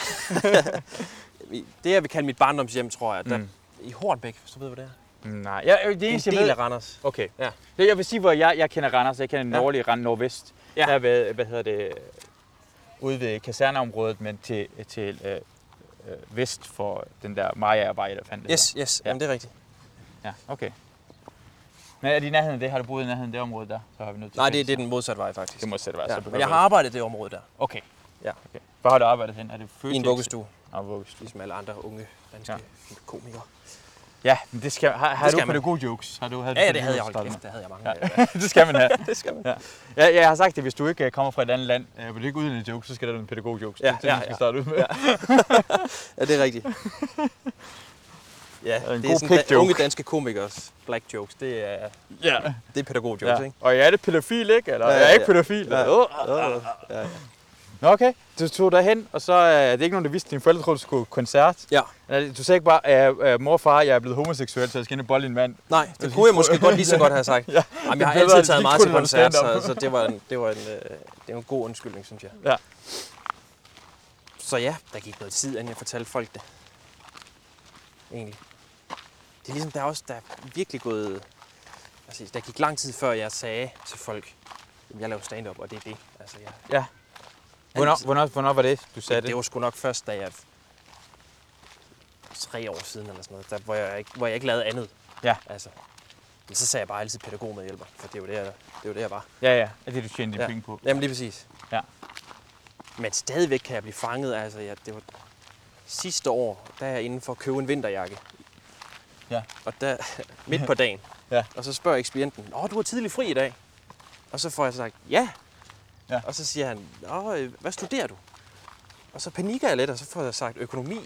det, jeg vil kalde mit barndomshjem, tror jeg. Der, Mm. I Hornbæk, hvis du ved, hvad det er. Nej, jeg, det Det er en eneste, del jeg ved... af Randers. Okay. Ja. Det, jeg vil sige, hvor jeg, jeg kender Randers. Jeg kender den Ja. nordlige Rand, nordvest. Ja. Der er ved, hvad hedder det, ude ved kaserneområdet, men til, til øh, øh, vest for den der Maja-vej, der fandt det. Yes, yes. Ja. Jamen, det er rigtigt. Ja, okay. Men er det i nærheden af det? Har du boet i nærheden af det område der? Så har vi nødt til Nej, at det, finde det er den modsatte vej, faktisk. Det må sætte være. Ja. Så Men behøver jeg har vi- arbejdet i det område der. Okay. Ja. Okay. Hvor har du arbejdet hen? Er det Føtex? I en vuggestue, Nå, vuggestue. ligesom alle andre unge danske Ja. komikere. Ja, men det skal, har, har Det du skal man. pædagog-jokes? Har du, havde du Ja, ja, det havde jeg pædagog-jokes holdt kæft. Det havde jeg mange Ja. af. det skal man have. Det skal man. Ja. Ja, jeg har sagt det, hvis du ikke kommer fra et andet land, øh, vil du ikke uddanne jokes, så skal der være en pædagog-jokes. Ja, det er det, ja, vi skal ja. starte ud med. Ja. Ja, det er rigtigt. Ja, En det god er sådan pig da, joke. unge danske komikers black jokes. Det er, Ja. det er pædagog-jokes, Ja. ikke? Og jeg er det pædofil, ikke? Eller Ja, jeg er ja, ikke ja. pædofil. Ja. Åh. Ja, ja. Nå, okay. Du tog derhen, og så er det ikke nogen, der vidste, at dine forældre troede, du skulle koncert. Ja. Du sagde ikke bare, at mor og far, jeg er blevet homoseksuel, så jeg skal ind og bolle en mand. Nej, det kunne jeg måske godt lige så godt have sagt. Ja. Jamen, jeg har Det er bedre, altid at taget de meget ikke til kunne koncert, stand-up. så, så det var en, det var en, øh, det var en god undskyldning, synes jeg. Ja. Så ja, der gik noget tid, inden jeg fortalte folk det. Egentlig. Det er ligesom, der er også der er virkelig gået... Altså, der gik lang tid før, jeg sagde til folk, at jeg laver stand-up, og det er det. Altså, jeg, Ja. Hvornår, hvornår, hvornår var det, du sagde det, det? det var sgu nok først, da jeg... tre år siden eller sådan noget, der, hvor, jeg ikke, hvor jeg ikke lavede andet. Ja. Altså. Men så sagde jeg bare altid pædagogmedhjælper, for det var det, jeg, det var det, jeg var. Ja, ja. Det er det, du tjente dine Ja. penge på. Jamen lige præcis. Ja. Men stadigvæk kan jeg blive fanget. Altså, jeg, det var sidste år, der er jeg inde for at købe en vinterjakke. Ja. Og der midt på dagen. Ja. Og så spørger ekspedienten, åh, du har tidlig fri i dag. Og så får jeg sagt, ja. Ja. Og så siger han, åh, hvad studerer du? Og så panikker jeg lidt, og så får jeg sagt økonomi.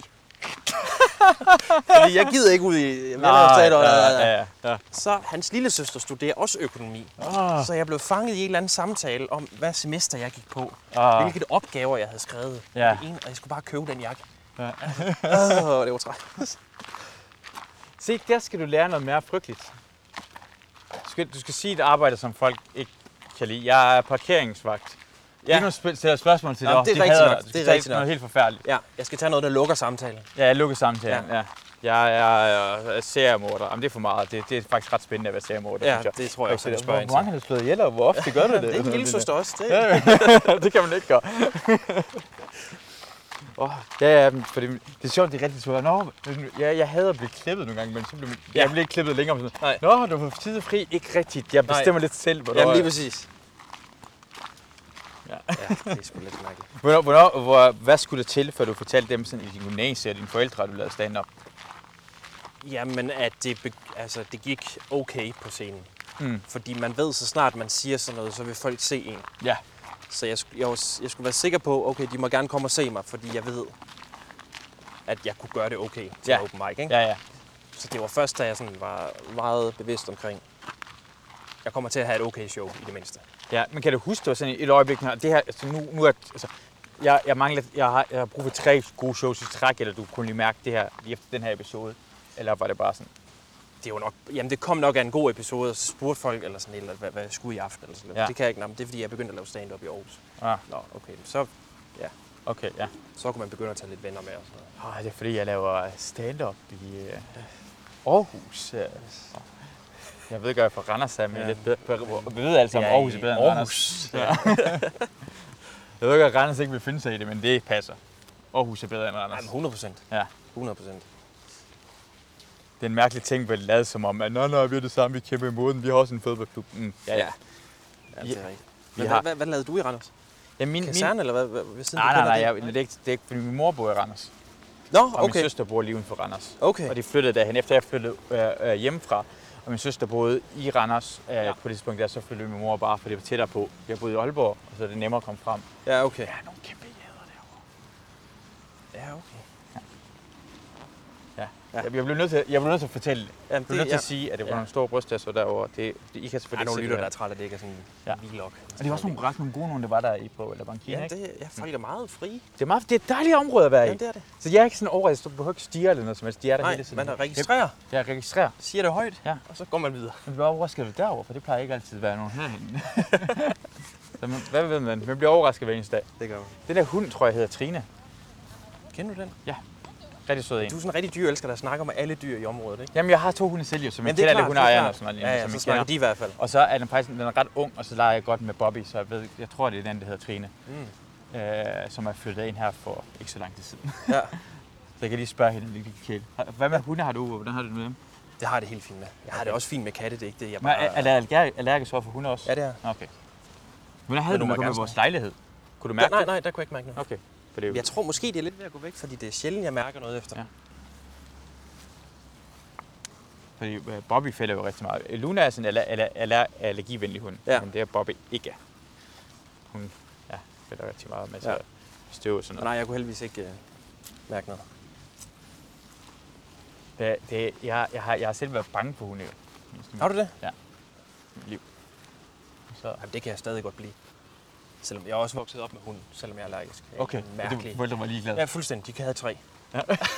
Fordi jeg gider ikke ud i... Nej, ja, ja, ja, ja. Så hans lille søster studerer også økonomi. Oh. Så jeg blev fanget i en eller anden samtale om, hvad semester jeg gik på. Oh. Hvilke opgaver jeg havde skrevet. Ja. Det ene, og jeg skulle bare købe den jakke. Ja. Åh, det var træt. Se, der skal du lære noget mere frygteligt. Du skal, du skal sige et arbejde, som folk ikke kan lide. Jeg er parkeringsvagt. Ja. Ikke nogen stiller spørgsmål til Jamen, dig. det er De rigtigt hader nok. dig. Du Det er skal rigtigt tage noget nok. helt forfærdeligt. Ja, jeg skal tage noget, der lukker samtalen. Ja, jeg lukker samtalen. Ja. Ja. Jeg er uh, seriemorder. Jamen, det er for meget. Det, det er faktisk ret spændende at være seriemorder, Ja, synes jeg. det tror jeg også, jeg Hvor, spørger hvor ind mange har du slået ihjel, og hvor ofte gør du det? Det er en lille søster også. Det. Ja, det kan man ikke gøre. Oh, ja, ja, fordi det er sjovt, det er rigtig svært. Nå, jeg, jeg hader at blive klippet nogle gange, men så blev ja. jeg blev ikke klippet længere. Sådan. Nej. Nå, du har tid fri. Ikke rigtigt. Jeg bestemmer Nej. lidt selv, hvornår. Jamen lige præcis. Ja. Ja, det er sgu lidt mærkeligt. Hvornår, hvornår, hvor, hvad skulle der til, før du fortalte dem sådan i din gymnasie og dine forældre, at du lavede stand-up? Jamen, at det, be- altså, det gik okay på scenen. Mm. Fordi man ved, så snart man siger sådan noget, så vil folk se en. Ja. Så jeg, jeg, var, jeg skulle være sikker på, okay, de må gerne komme og se mig, fordi jeg ved, at jeg kunne gøre det okay til Ja. open mic, ikke? Ja, ja. Så det var først, da jeg sådan var meget bevidst omkring, jeg kommer til at have et okay show i det mindste. Ja, men kan du huske, det var sådan et øjeblik, når det her, altså nu, nu er, altså, jeg, jeg mangler, jeg har, jeg har brug for tre gode shows i træk, eller du kunne lige mærke det her, lige efter den her episode, eller var det bare sådan? Det var nok, jamen det kom nok af en god episode, og så spurgte folk eller sådan eller hvad, hvad jeg skulle i aften eller sådan noget. Ja. Det kan jeg ikke, nej, men det er fordi, jeg begyndte at lave stand-up i Aarhus. Ah. Nå, okay, så, Okay, ja. så kunne man begynde at tage lidt venner med og sådan noget. Oh, det er fordi, jeg laver stand-up i uh, Aarhus. Uh, jeg ved godt, at fra Randers er med Ja. lidt bedre. Vi ved alle sammen, Ja, Aarhus er i bedre end Aarhus. Randers. Ja. Jeg ved godt, at Randers ikke vil finde sig i det, men det passer. Aarhus er bedre end Randers. Jamen hundrede procent. Ja. hundrede procent. Det er en mærkelig ting, hvor det lader som om, at nej, nej, vi er det samme, vi kæmper imod den. Vi har også en fodboldklub. Mm, ja, ja. Ja, det er rigtigt. Vi Men har- hvad, hvad, hvad lavede du i Randers? ja min, min... Kaserne eller hvad, hvad ved siden Nej, du nej, nej, kender jeg, det? det, er ikke, det er ikke, fordi min mor bor i Randers. Nå, Og min okay. søster bor lige uden for Randers. Okay. Og de flyttede derhen, efter jeg flyttede øh, øh, hjemmefra. Og min søster boede i Randers øh, ja. På det tidspunkt, der så flyttede min mor bare, for det var tættere på. Jeg boede i Aalborg, og så er det nemmere at komme frem. Ja, okay. Der er nogle kæmpe jæder derovre. Ja, okay. Ja. Ja. Jeg, jeg blev nødt til, jeg blev nødt til at fortælle det. Jamen, Jeg blev nødt til ja. at sige, at det var Ja. nogle store bryster, så derovre. Det, det, I kan Der er selvfølgelig nogle ikke lytter, se der er det. trætte af, det ikke er sådan Ja. ja. vlog. Og det var også nogle ret nogle gode nogle, der var der i på eller Bankina, Ja, ikke? det, ja, folk er meget frie. Det er, meget, det er et dejligt område at være i. Ja, det er det. Så jeg er ikke sådan overrasket, du behøver ikke stige eller noget som helst. De er der Nej, hele tiden. man har registreret, Jeg, jeg registrerer. siger det højt, Ja. og så går man videre. Man bliver overrasket ved derovre, for det plejer ikke altid at være nogen herhenne. Så man, hvad ved man? Man bliver overrasket hver eneste dag. Det gør man. Den der hund, tror jeg, hedder Trine. Kender du den? Rigtig sød en. Du er sådan en rigtig dyrelsker, der snakker med alle dyr i området, ikke? Jamen, jeg har to hunde selv, jo, som jeg Men det er kender alle klart, det er hundeejerne og klart. sådan noget. Ja, ja, som så jeg snakker kender. de i hvert fald. Og så er den faktisk den er ret ung, og så leger jeg godt med Bobby, så jeg ved, jeg tror, det er den, der hedder Trine. Mm. Øh, som er flyttet ind her for ikke så lang tid siden. Ja, Så jeg kan lige spørge hende, lige kæle. Hvad med hunde har du, og hvordan har du det med dem? det har jeg det helt fint med. Jeg har det også fint med katte, det er ikke det, jeg Men bare... er, er du allergisk, allergisk over for hunde også? Ja, det er. Okay. Hvordan havde Men du du må det med gerne vores lejlighed? Kunne du Ja, mærke nej, det? nej, der kunne jeg ikke mærke noget. Okay. For det er jo... Jeg tror måske, det er lidt ved at gå væk, fordi det er sjældent, jeg mærker noget efter. Ja. Fordi øh, Bobby fælder jo rigtig meget. Luna er sådan en aller, aller, aller, allergivenlig hund, Ja. men det er Bobby ikke. Hun ja, fælder rigtig meget med Ja. støv og sådan Men noget. nej, jeg kunne heldigvis ikke uh, mærke noget. Det, det, jeg, jeg, har, jeg har selv været bange for hunde. Har du det? Ja. Mit liv. Så. Jamen, det kan jeg stadig godt blive. Selvom jeg er også vokset op med hunden, selvom jeg er allergisk. Jeg er Okay, mærkelig. du forældre var ligeglade. Ja, fuldstændig. De kan have tre. Ja.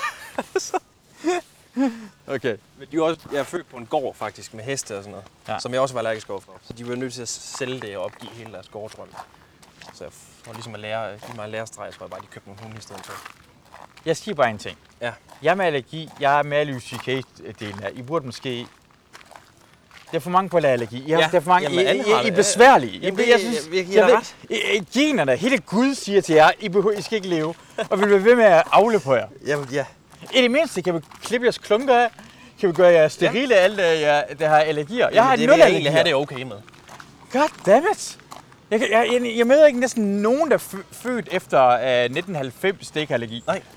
Okay. Men de er også, jeg er født på en gård faktisk med heste og sådan noget, Ja. som jeg også var allergisk overfor. Så de var nødt til at sælge det og opgive hele deres gårddrøm. Så jeg var ligesom at lære, give mig en lærestreg, så jeg bare de købte nogle hunde i stedet for. Jeg siger bare en ting. Ja. Jeg er med allergi, jeg er med allergi-delen her. I burde måske... Det er for mange på allergi. I, har, Ja, det er for mange. jamen, I, alle I, har I, I er det. besværlige. Jamen, I, det- jeg synes, jeg- jeg giver jeg dig ved, I, I, generne, hele Gud siger til jer, I, behøver, I skal ikke leve. Og vi bliver ved med at avle på jer. Jamen ja. I det mindste kan vi klippe jeres klunker af. Kan vi gøre jer sterile af alt det, jer, der har allergier. Jeg har det nul vil jeg egentlig allergier. have det okay med. God damn it. Jeg, kan- jeg, jeg, jeg møder ikke næsten nogen, der er fø- født efter uh, nitten halvfems, der ikke har allergi. Nej.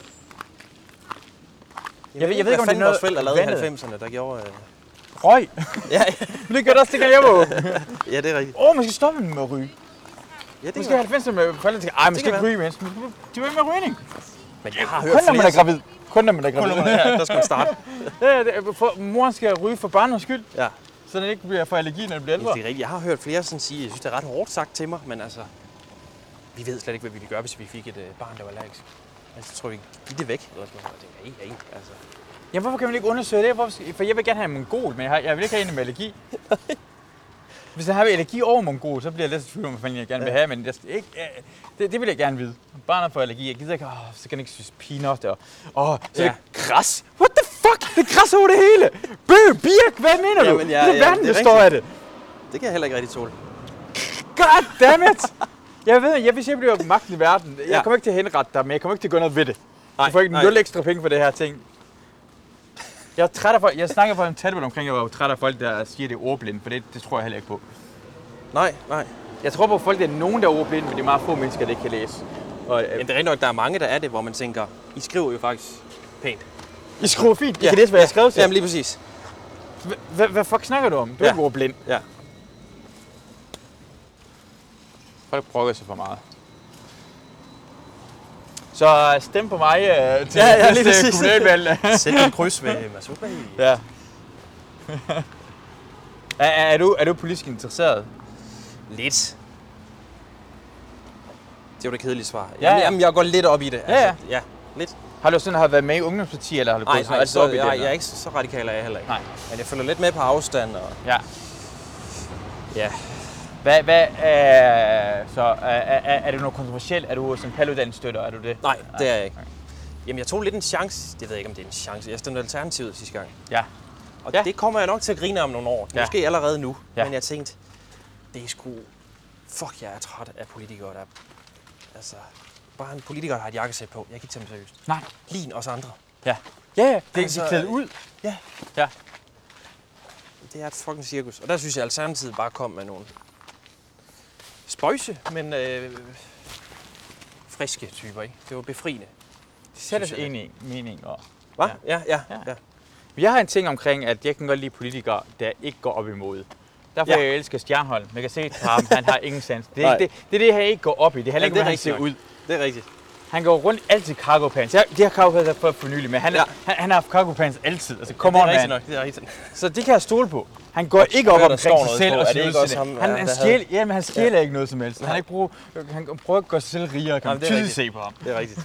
Jeg, ved- jeg ved ikke, om det er hvad fanden noget vores forældre lavede i vandet. halvfemserne, der gjorde... Øh... Røg. Ja, Men det gør det også, det kan jeg våge. ja, det er rigtigt. Åh, oh, man skal stoppe med at ryge. Ja, det Måske kan halvfemserne med forældre tænker, ej, man Det skal kan ikke ryge, mens. Man skal de vil med rygning. Men jeg har hørt Kun når man er flere... gravid. Kun når man er Kun gravid. når man er- ja, der skal man starte. Ja, det, for, moren skal ryge for barnets skyld, Ja. så den ikke bliver for allergi, når den bliver ældre. Det er rigtigt. Jeg har hørt flere sådan sige, jeg synes, det er ret hårdt sagt til mig, men altså... Vi ved slet ikke, hvad vi ville gøre, hvis vi fik et øh, barn, der var allergisk. Altså, jeg tror, vi give det væk. Eller sådan noget. Jeg tænker, hey, hey, altså... Jamen, hvorfor kan man ikke undersøge det? Hvorfor, skal- for jeg vil gerne have en mongol, men jeg, har, jeg vil ikke have en med allergi. Hvis jeg har allergi over mongol, så bliver jeg lidt i tvivl om, hvad fanden jeg gerne vil have, men jeg, skal ikke, øh, det, det vil jeg gerne vide. Barnet får allergi, jeg gider ikke, åh, så kan jeg ikke spise peanut, og åh, så er Ja. det græs. What the fuck? Det er græs over det hele! Bøg, birk, hvad mener du? Jamen, ja, det er ja, verden, det er består af det. Det kan jeg heller ikke rigtig tåle. God damn it! Jeg ved, jeg, hvis jeg bliver magten i verden, jeg Ja. kommer ikke til at henrette dig, men jeg kommer ikke til at gøre noget ved det. Nej, Du får ikke nej. nul ekstra penge for det her ting. Jeg er træt af folk, jeg snakker for en talbot omkring, jeg var træt af folk, der siger, det er ordblinde, for det, det tror jeg heller ikke på. Nej, nej. Jeg tror på, at folk, der er nogen, der er ordblinde, men det er meget få mennesker, der ikke kan læse. Og, øh, Men det er rigtig nok, der er mange, der er det, hvor man tænker, I skriver jo faktisk pænt. I skriver fint, I Ja. kan læse, hvad jeg har skrevet til. Jamen lige præcis. Hva- hva- Hvad fuck snakker du om? Du er Ja. ikke ordblind. Ja. Folk brokker sig for meget. Så stem på mig øh, til Ja, ja, lige næste præcis. kommunalvalg. Sæt en kryds ved Mads Uberg. Ja. er, er, du, er du politisk interesseret? Lidt. Det var det kedelige svar. Ja, Jamen, ja. jamen, jeg går lidt op i det. Ja, ja. ja, lidt. Har du sådan har været med i ungdomsparti, eller har du Nej, gået sådan nej, altid så, op i jeg, det? jeg er eller? ikke så radikal er jeg heller ikke. Nej. Men jeg følger lidt med på afstand. Og, Ja. ja. Hvad, hvad er, så, er, er, er det noget kontroversielt? Er du sådan Paludan-støtter? Er du det? Nej, det er jeg ikke. Jamen, jeg tog lidt en chance. Det ved jeg ikke, om det er en chance. Jeg stemte Alternativet sidste gang. Ja. Og Ja. det kommer jeg nok til at grine om nogle år. Ja. Måske allerede nu. Ja. Men jeg tænkte, det er sgu... Fuck, jeg er træt af politikere, der... Altså, bare en politiker, der har et jakkesæt på. Jeg kan ikke tage dem seriøst. Nej. Lin os andre. Ja. Ja, ja. Det er Altså, altså, klædt ud. Ja. Ja. Det er et fucking cirkus. Og der synes jeg, Alternativet bare kom med nogle spøjse, men øh, friske typer, ikke? Det var befriende. Sæt os Synes jeg. ind i mening. Og... Hva? Ja. Ja, ja, Ja. ja. ja. Jeg har en ting omkring, at jeg kan godt lide politikere, der ikke går op imod. Derfor Ja. ja. jeg elsker Stjernholm. Man kan se på ham, han har ingen sans. Det er, Nej. ikke, det, det er det, han ikke går op i. Det er heller Jamen, ikke, det er hvordan han rigtigt ser nok. ud. Det er rigtigt. Han går rundt altid i cargo pants. Jeg, de har cargo pants for, for nylig, men han, Ja. ja. han, han har haft cargo pants altid. Altså, come det on, er rigtigt man. nok, det er rigtigt. Så det kan jeg stole på. Han går ikke op hører, der omkring står sig noget selv på. og Er det siger ikke ud også til ham, det. Han, ja, han, der stjæl, jamen, han stjæler ja. ikke noget som helst. Han, Nej. har ikke brug, han prøver at gøre sig selv rigere, kan Jamen, man det er tydeligt rigtigt. se på ham. Det er rigtigt.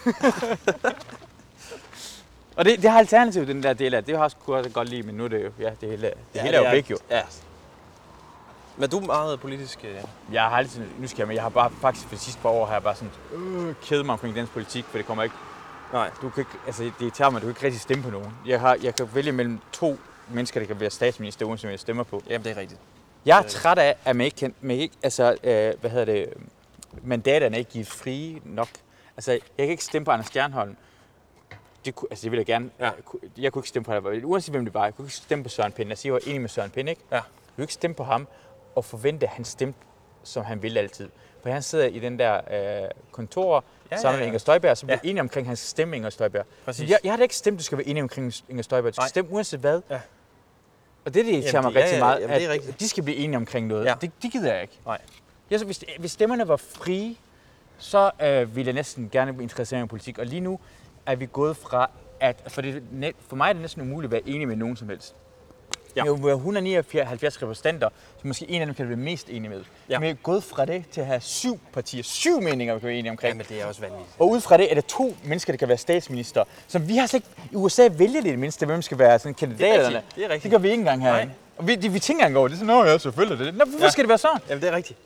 Og det, det har Alternativet, den der del af. Det har jeg også kunne godt lide, men nu er det jo, ja, det hele, det Ja, hele er jo væk jo. Ja. Men du er meget politisk... Øh... Jeg har altid, nu skal jeg, men jeg har bare faktisk for de sidste par år har jeg bare sådan øh, kædet mig omkring dansk politik, for det kommer ikke, Nej. du kan ikke, altså det tager mig, du kan ikke rigtig stemme på nogen. Jeg har, jeg kan vælge mellem to mennesker, der kan være statsminister, uden som jeg stemmer på. Jamen, det er rigtigt. Jeg er træt af, at man ikke kan, man ikke, altså, øh, hvad hedder det, mandaterne er ikke givet frie nok. Altså, jeg kan ikke stemme på Anders Stjernholm. Det, kunne, altså, det vil jeg gerne. Ja. Jeg, kunne, jeg kunne ikke stemme på ham, uanset hvem det var. Jeg kunne ikke stemme på Søren Pind. Jeg siger, jeg var enig med Søren Pind, ikke? Ja. Jeg kunne ikke stemme på ham og forvente, at han stemte, som han ville altid. For han sidder i den der øh, kontor Ja, sammen ja, med ja. Inger Støjberg, så bliver Ja. enige omkring, at han skal stemme Inger Støjberg. Præcis. Jeg, jeg har da ikke stemt, at du skal være enig omkring Inger Støjberg. Du skal Nej. stemme uanset hvad. Ja. Og det, det irriterer Jamen, mig det- ja, rigtig ja, meget, jamen, det er at rigtigt. de skal blive enige omkring noget. Ja. Det, det gider jeg ikke. Nej. Jeg, så, hvis, hvis stemmerne var frie, så øh, ville jeg næsten gerne interessere mig i politik. Og lige nu er vi gået fra at for, det, for mig er det næsten umuligt at være enig med nogen som helst. Ja. Vi har et hundrede og nioghalvfjerds repræsentanter, så måske en af dem kan vi være mest enige med. Ja. Men vi er gået fra det til at have syv partier, syv meninger, vi kan være enige omkring. Jamen, det er også vanvittigt. Og ud fra det er der to mennesker, der kan være statsminister. Så vi har slet ikke... I U S A vælger det i det mindste, hvem skal være sådan kandidaterne. Det er rigtigt. Det, er rigtigt. Det gør vi ikke engang herinde. Og vi, vi tænker engang over det. Så nå ja, selvfølgelig det. Nå, hvorfor ja. skal det være sådan? Jamen, det er rigtigt.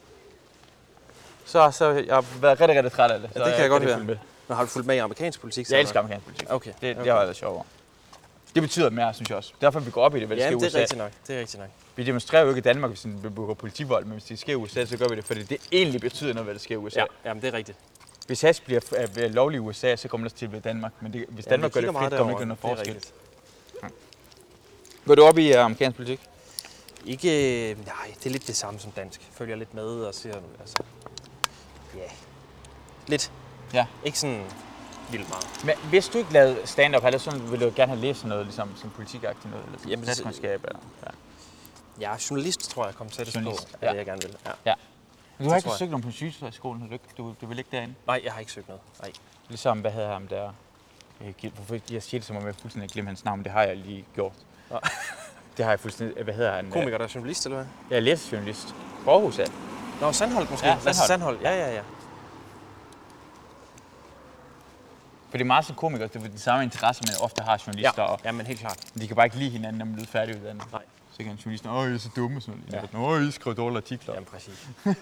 Så, så jeg har været rigtig, rigtig træt af det. Ja, det kan jeg, jeg godt høre. Men har du fulgt med i amerikansk politik? Så jeg elsker amerikansk politik. Okay. Det, okay. det har været sjovt over. Det betyder mere, synes jeg også. Derfor vi går op i det, hvad det sker i U S A. Ja, det er rigtigt nok. Det er rigtigt nok. Vi demonstrerer jo ikke i Danmark, hvis vi begår politivold, men hvis det sker i U S A, så gør vi det, fordi det egentlig betyder noget, hvad der sker i U S A. Ja, jamen, det er rigtigt. Hvis hash bliver uh, lovlig i U S A, så kommer det til at blive Danmark. Men det, hvis Danmark ja, gør det frit, kommer ikke noget forskel. Ja. Går du op i uh, amerikansk politik? Ikke, nej, det er lidt det samme som dansk. Følger lidt med og ser, altså, ja, lidt. Ja. Ikke sådan vildt meget. Men hvis du ikke lavede stand-up, eller sådan, ville du gerne have læst noget, ligesom som politikagtigt noget, eller jamen, statskundskab, eller? Ja. Ja, journalist tror jeg kommer tættest på, ja. det jeg gerne vil. Ja. Ja. Men du har ikke søgt om på sygeplejeskolen, du, du, du vil ikke derinde? Nej, jeg har ikke søgt noget. Nej. Ligesom, hvad hedder ham der? Hvorfor jeg siger det, som om jeg fuldstændig glemmer hans navn, det har jeg lige gjort. Ja. Det har jeg fuldstændig, hvad hedder han? Komiker, der er journalist, eller hvad? Jeg er læsejournalist. Aarhus af. Nå, Sandholt måske? Ja, Sandholt. Sandholt. Ja, ja, ja. For det er meget som komikere, det er de samme interesser, man ofte har journalister. Ja, og ja men helt klart. De kan bare ikke lide hinanden, når man er færdiguddannet. Nej. Så kan en journalist, åh, I er så dumme, sådan noget. Ja. Åh, I skriver dårlige artikler. Jamen, præcis. Der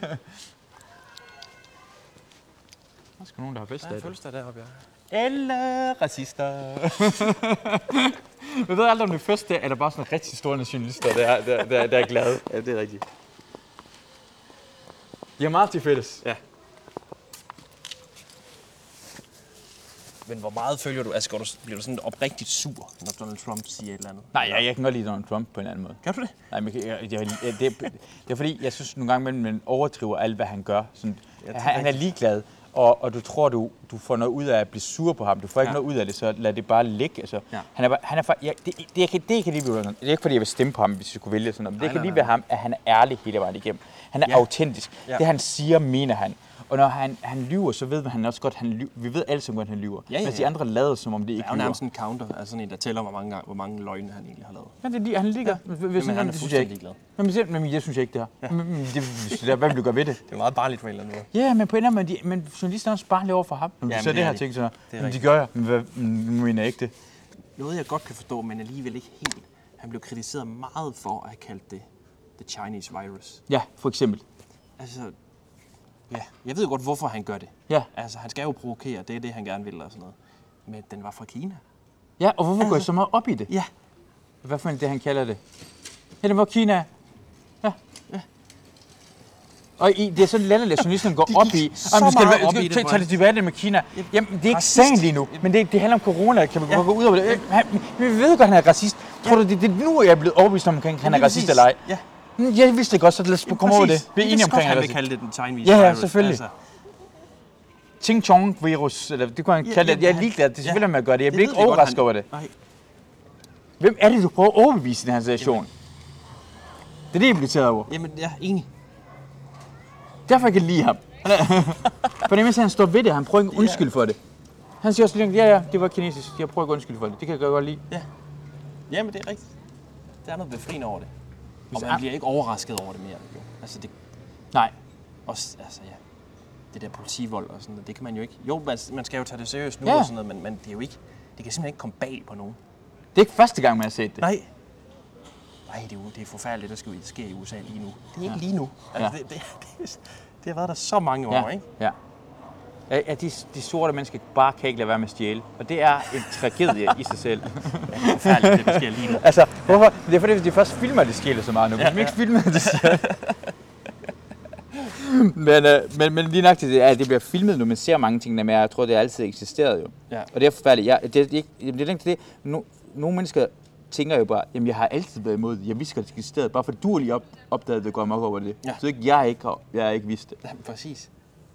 er sgu nogen, der har fest af det. Ja, fødselsdag deroppe, ja. Alle racister. Jeg ved aldrig, om det er første dag, er der bare sådan rigtig store nationalister, der er, der, der, der er glade. Ja, det er rigtigt. De har meget til fælles. Ja. Men hvor meget følger du? Altså, går du, bliver du sådan oprigtigt sur, når Donald Trump siger et eller andet? Nej, jeg, jeg kan godt lide Donald Trump på en anden måde. Kan du det? Nej, men jeg, jeg, jeg, det, det er fordi, jeg synes nogle gange, mellem man overdriver alt, hvad han gør. Sådan, ja, han, han er ligeglad, og, og du tror, du, du får noget ud af at blive sur på ham. Du får ikke ja. noget ud af det, så lad det bare ligge. Altså, ja. Han er, han er, ja, det, det, jeg kan, det jeg kan lide ved ham. Det er ikke fordi, jeg vil stemme på ham, hvis jeg kunne vælge sådan noget. Men det jeg kan lide ved ham, at han er ærlig hele vejen igennem. Han er ja. autentisk. Ja. Det han siger, mener han. Og når han, han lyver, så ved han også godt, at han lyver. Vi ved alle sammen, at han lyver. Ja, ja, ja. Mens de andre lader, som om det ikke lyver. Det er jo nærmest en counter, altså sådan en, der tæller, hvor mange, hvor mange løgne han egentlig har lavet. Ja, det er han er ligeglad. Ja. Men han er fuldstændig ligeglad. Men, men, men jeg synes ikke, det her. Ja. Men, men, det, hvad vil du gøre ved det? Det er meget barnligt på en eller anden måde. Ja, men på en eller anden måde, de, men journalisterne er også barnlige over for ham. Når ja, de ser det her ting, så men de gør jeg. Men hvad, nu mener jeg ikke det. Noget, jeg godt kan forstå, men alligevel ikke helt. Han blev kritiseret meget for at have kaldt det The Chinese Virus. Ja, for eksempel. Altså... Ja, jeg ved godt, hvorfor han gør det. Ja. Altså, han skal jo provokere, det er det, han gerne vil og sådan noget. Men den var fra Kina. Ja, og hvorfor altså, går jeg så meget op i det? Ja. Hvad for en det, han kalder det? Ja, det var Kina. Ja. Ja. Og i, det er så latterligt, at journalisten går op i... Så meget skal op i det. Tag det tilbage med Kina. Jamen, det er ikke sagen lige nu, men det, det handler om corona. Kan vi ja. gå ud over det? Han, vi ved godt, at han er racist. Tror du, det, det nu er jeg blevet overbevist om, at han er racist eller ej? Ja. Jeg vidste det godt, så lad os komme over det. Vi er enige omkring det. Han vil kalde det den Chinese ja, ja, virus. selvfølgelig. Altså. Ching Chong virus, eller det kunne han ja, kalde det. Jeg er ligeglad, det er selvfølgelig, man gør det. Jeg bliver ikke overrasket over det. Nej. Hvem er det, du prøver at overbevise i den her situation? Jamen. Det er det, jeg bliver taget over. Jamen, jeg er enig. Derfor jeg kan lide ham. For det mindste, han står ved det, han prøver ikke at undskylde for det. Han siger også, ja, ja, det var kinesisk, jeg prøver ikke at undskylde for det. Det kan jeg godt lide. Ja. Jamen, det er rigtigt. Der er noget befriende over det. Og man bliver ikke overrasket over det mere. Jo. Altså det... Nej. Også, altså ja, det der politivold og sådan noget, det kan man jo ikke... Jo, man, man skal jo tage det seriøst nu ja. og sådan noget, men, men det er jo ikke... Det kan simpelthen ikke komme bag på nogen. Det er ikke første gang, man har set det. Nej. Nej, det er, jo, det er forfærdeligt, der skal ske i U S A lige nu. Det er ikke ja. lige nu. Altså, ja. det, det, det, det har været der så mange år, ja. ikke? Ja. Ja, de, de sorte mennesker bare kan ikke lade være med at stjæle. Og det er en tragedie i sig selv. Ja, det er forfærdeligt, det der sker lige nu. Altså, hvorfor? Det er fordi, de først filmer, de stjæler så meget nu. Ja, de ja. ikke filmer, de stjæler. men, øh, men, men lige nok til det, at det bliver filmet nu, man ser mange ting, men jeg tror, det har altid eksisteret jo. Ja. Og det er forfærdeligt. Jeg, det, det, det, det, det, no, nogle mennesker tænker jo bare, jamen jeg har altid været imod det. Jeg vidste godt, det eksisterede. Bare for du har lige op, opdaget, det går nok over det. Ja. Så ikke jeg ikke har, jeg har ikke vidst det. Ja, præcis.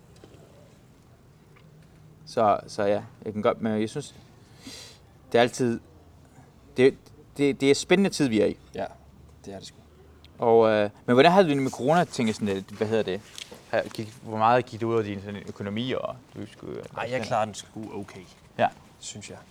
Så, så ja, jeg kan godt, men jeg synes, det er altid, det, det, det er spændende tid, vi er i. Ja, det er det sgu. Og, øh, men hvordan havde du det med corona, tænker sådan lidt, hvad hedder det? Gik, hvor meget gik det ud af din sådan, økonomi? Og du skulle, Nej, jeg klarer den sgu okay, ja. synes jeg.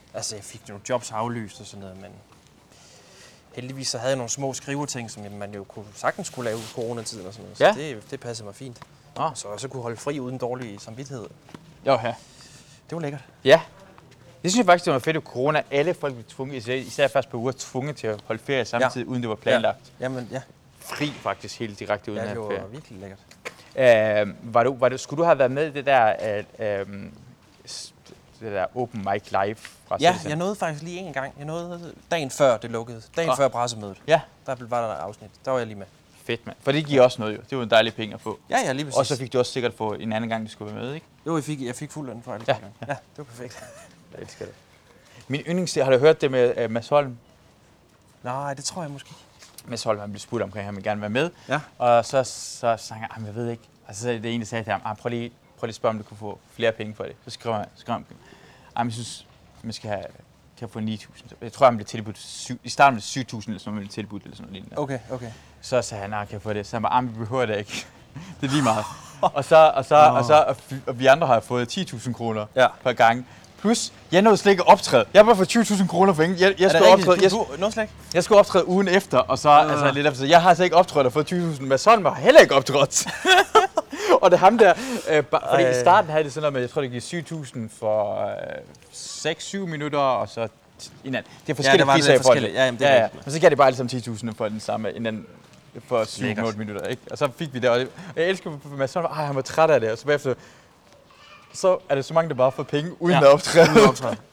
Altså, jeg fik nogle jobs aflyst og sådan noget, men heldigvis så havde jeg nogle små skriveting, som man jo kunne, sagtens kunne lave i coronatiden og sådan noget. Så ja. det, det passede mig fint. Oh. Så jeg så kunne holde fri uden dårlig samvittighed. Jo, ja. Det var lækkert. Ja. Det synes jeg faktisk, det var fedt i corona. Alle folk blev tvunget, især først på uger, tvunget til at holde ferie samtidig, ja. uden det var planlagt. Ja. Jamen, ja. Fri faktisk helt direkte uden ja, at have ferie. ferie. Ja, det var virkelig lækkert. Uh, var du, var du, skulle du have været med i det der, uh, um, det der Open Mic Live fra Ja, Citizen? jeg nåede faktisk lige en gang. Jeg nåede dagen før det lukkede. Dagen oh. før pressemødet. Ja. Der var der et afsnit. Der var jeg lige med. Fedt, mand. For det giver også noget jo. Det var en dejlig penge at få. Ja, ja, lige præcis. Og så fik du også sikkert få en anden gang, du skulle være med, ikke? Jo, jeg fik, jeg fik fuld løn for alle ja. gange. Ja, det var perfekt. Jeg elsker det. Min yndlingsstil, har du hørt det med uh, Mads Holm? Nej, det tror jeg måske. Mads Holm, han blev spurgt omkring, han vil gerne være med. Ja. Og så så sagde han, jeg ved ikke. Og så det ene, der sagde til ham, prøv lige, prøv lige at spørge, om du kunne få flere penge for det. Så skrev han, skrev han, jeg synes, man skal have, kan få ni tusind. Jeg tror, han blev tilbudt syv, i starten blev det syv tusind, eller sådan noget, tilbudt eller sådan noget. Okay, okay. Så sagde han, nej, kan jeg få det? Så han bare, vi behøver det ikke. Det er lige meget. og så, og så, oh. og så, og vi andre har fået ti tusind kroner ja. per gang. Plus, jeg nåede slet ikke optræde. Jeg har bare fået tyve tusind kroner for ingen. Jeg, jeg, skulle optræde, jeg, du, du, jeg, jeg skulle optræde ugen efter, og så, uh. altså lidt efter. Jeg har altså ikke optrædet og fået tyve tusind, men sådan var heller ikke optrådt. og det er ham der, øh, ba, fordi i starten havde det sådan noget med, jeg tror det giver syv tusind for øh, seks syv minutter, og så innan. Det er forskellige ja, priser i forhold til. Ja, jamen, det ja, ja. Men så gav det bare alle sammen ti tusind for den samme, inden for syv otte minutter, ikke? Og så fik vi det, og jeg elsker Mads Holm, han var træt af det, og så bagefter, så er det så mange, der bare får penge uden ja, at optræde.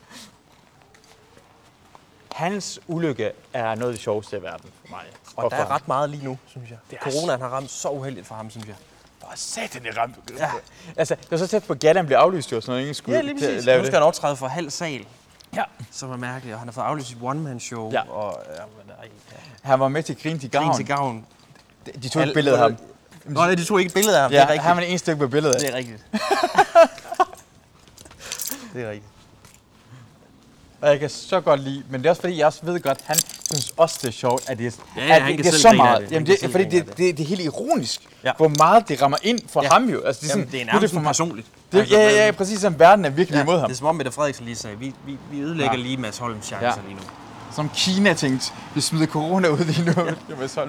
Hans ulykke er noget af det sjoveste i verden for mig. Og, og der er ret meget lige nu, synes jeg. Det Coronaen har ramt så uheldigt for ham, synes jeg. Hvor satan det ramt. Ja. Altså, det var så tæt på, at Gallen blev aflyst, jo, så noget ingen skulle ja, lige præcis. Nu skal han optræde for halv sal. Ja. Som er mærkeligt, og han har fået aflyst sit one-man-show. Ja. Og, ja, men, ej, ja. Han var med til Grin til Gavn. Grin til Gavn. De, de tog et billede af ham. Nå, nej, de tog ikke et billede af ham. Ja, det er rigtigt. han var en stykke med billedet af. Det er rigtigt. det er rigtigt. Og jeg kan så godt lide, men det er også fordi, jeg også ved godt, han synes også, det er sjovt, at det er, ja, at han det, det er så meget. Det. Jamen, det, fordi det, det, det, det er helt ironisk, ja. hvor meget det rammer ind for ja. ham jo. Altså, det er, sådan, Jamen, det er nærmest det er personligt. Det, altså, ja, ja, ja, præcis som verden er virkelig ja, imod ham. Det er som om Mette Frederiksen lige sagde, vi, vi, vi ødelægger ja. lige Mads Holms chancer ja. lige nu. Som Kina tænkte, vi smider corona ud lige nu. Ja. Mads Holm.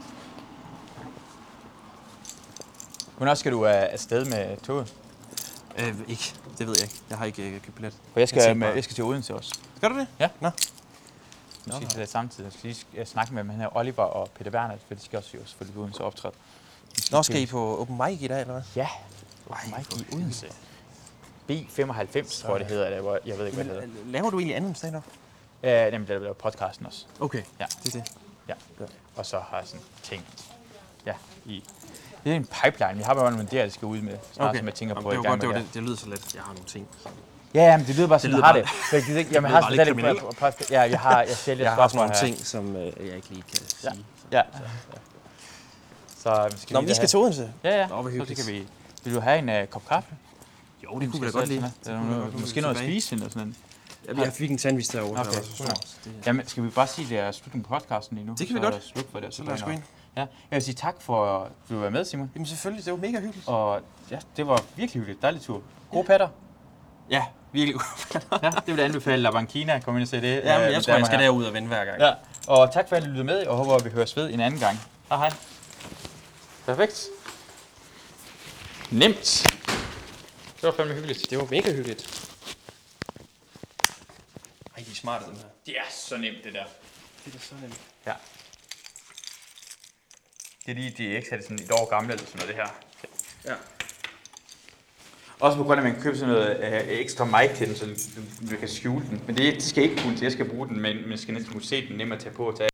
Hvornår skal du afsted med toget? Øh, ikke. Det ved jeg ikke. Jeg har ikke øh, købt billet. For jeg skal, jeg, med, jeg skal til Odense også. Skal du det? Ja. Nå. Nu skal jeg det samtidig. Jeg skal lige snakke med dem her, Oliver og Peter Bernhardt, for de skal også jo selvfølgelig Odense optræde. Nå, skal I på Open Mic i dag, eller hvad? Ja, Open Mic i Odense. B femoghalvfems, så, tror jeg, det hedder. Det. Jeg ved ikke, hvad det hedder. Laver du egentlig andet stand-up? Ja, nemlig der laver podcasten også. Okay, ja. det er det. Ja. ja. Og så har jeg sådan ting. Ja, i... Det er en pipeline. Vi har bare nogle der, der skal ud med. Snart, okay. som jeg tænker Jamen, på det i gang godt, med det, det, det lyder så let. Jeg har nogle ting. Ja, ja, men det lyder bare sådan, det har bare, det. Så jeg, det, jamen, jeg har lidt kriminelt. Ja, jeg har, jeg sælger jeg har sådan nogle ting, som øh, jeg ikke lige kan ja. sige. Ja. Så, ja. så skal Nå, vi, vi skal til Odense. Ja, ja. Nå, så kan vi. Vil du have en uh, kop kaffe? Jo, det kunne vi da godt lide. Måske noget at spise eller sådan noget. Jeg fik en sandwich derovre. Okay. Jamen, skal vi bare sige, at det er slut på podcasten lige nu? Det kan vi godt. Slut for det. Så lad os gå ind. Ja, jeg vil sige tak for, at du var med, Simon. Jamen selvfølgelig, det var mega hyggeligt. Og ja, det var virkelig hyggeligt. Dejlig tur. Gode patter. Ja, virkelig gode patter. Ja, det vil jeg anbefale La Banquina. Kom ind og se det. Ja, men jeg tror, jeg skal derud og vende hver gang. Ja, og tak for at I lyttede med, og håber, at vi høres ved en anden gang. Hej hej. Perfekt. Nemt. Det var fandme hyggeligt. Det var mega hyggeligt. Ej, de er smarte, dem her. Det er så nemt, det der. Det er så nemt. Ja. Det er lige, de er ikke sat sådan et år gamle eller sådan noget, det her. Ja. Også på grund af, at man kan købe sådan noget øh, ekstra mic til den, så du, du kan skjule den. Men det, det skal ikke kunne til, jeg skal bruge den, men man skal næsten kunne se den nemmere at tage på og tage.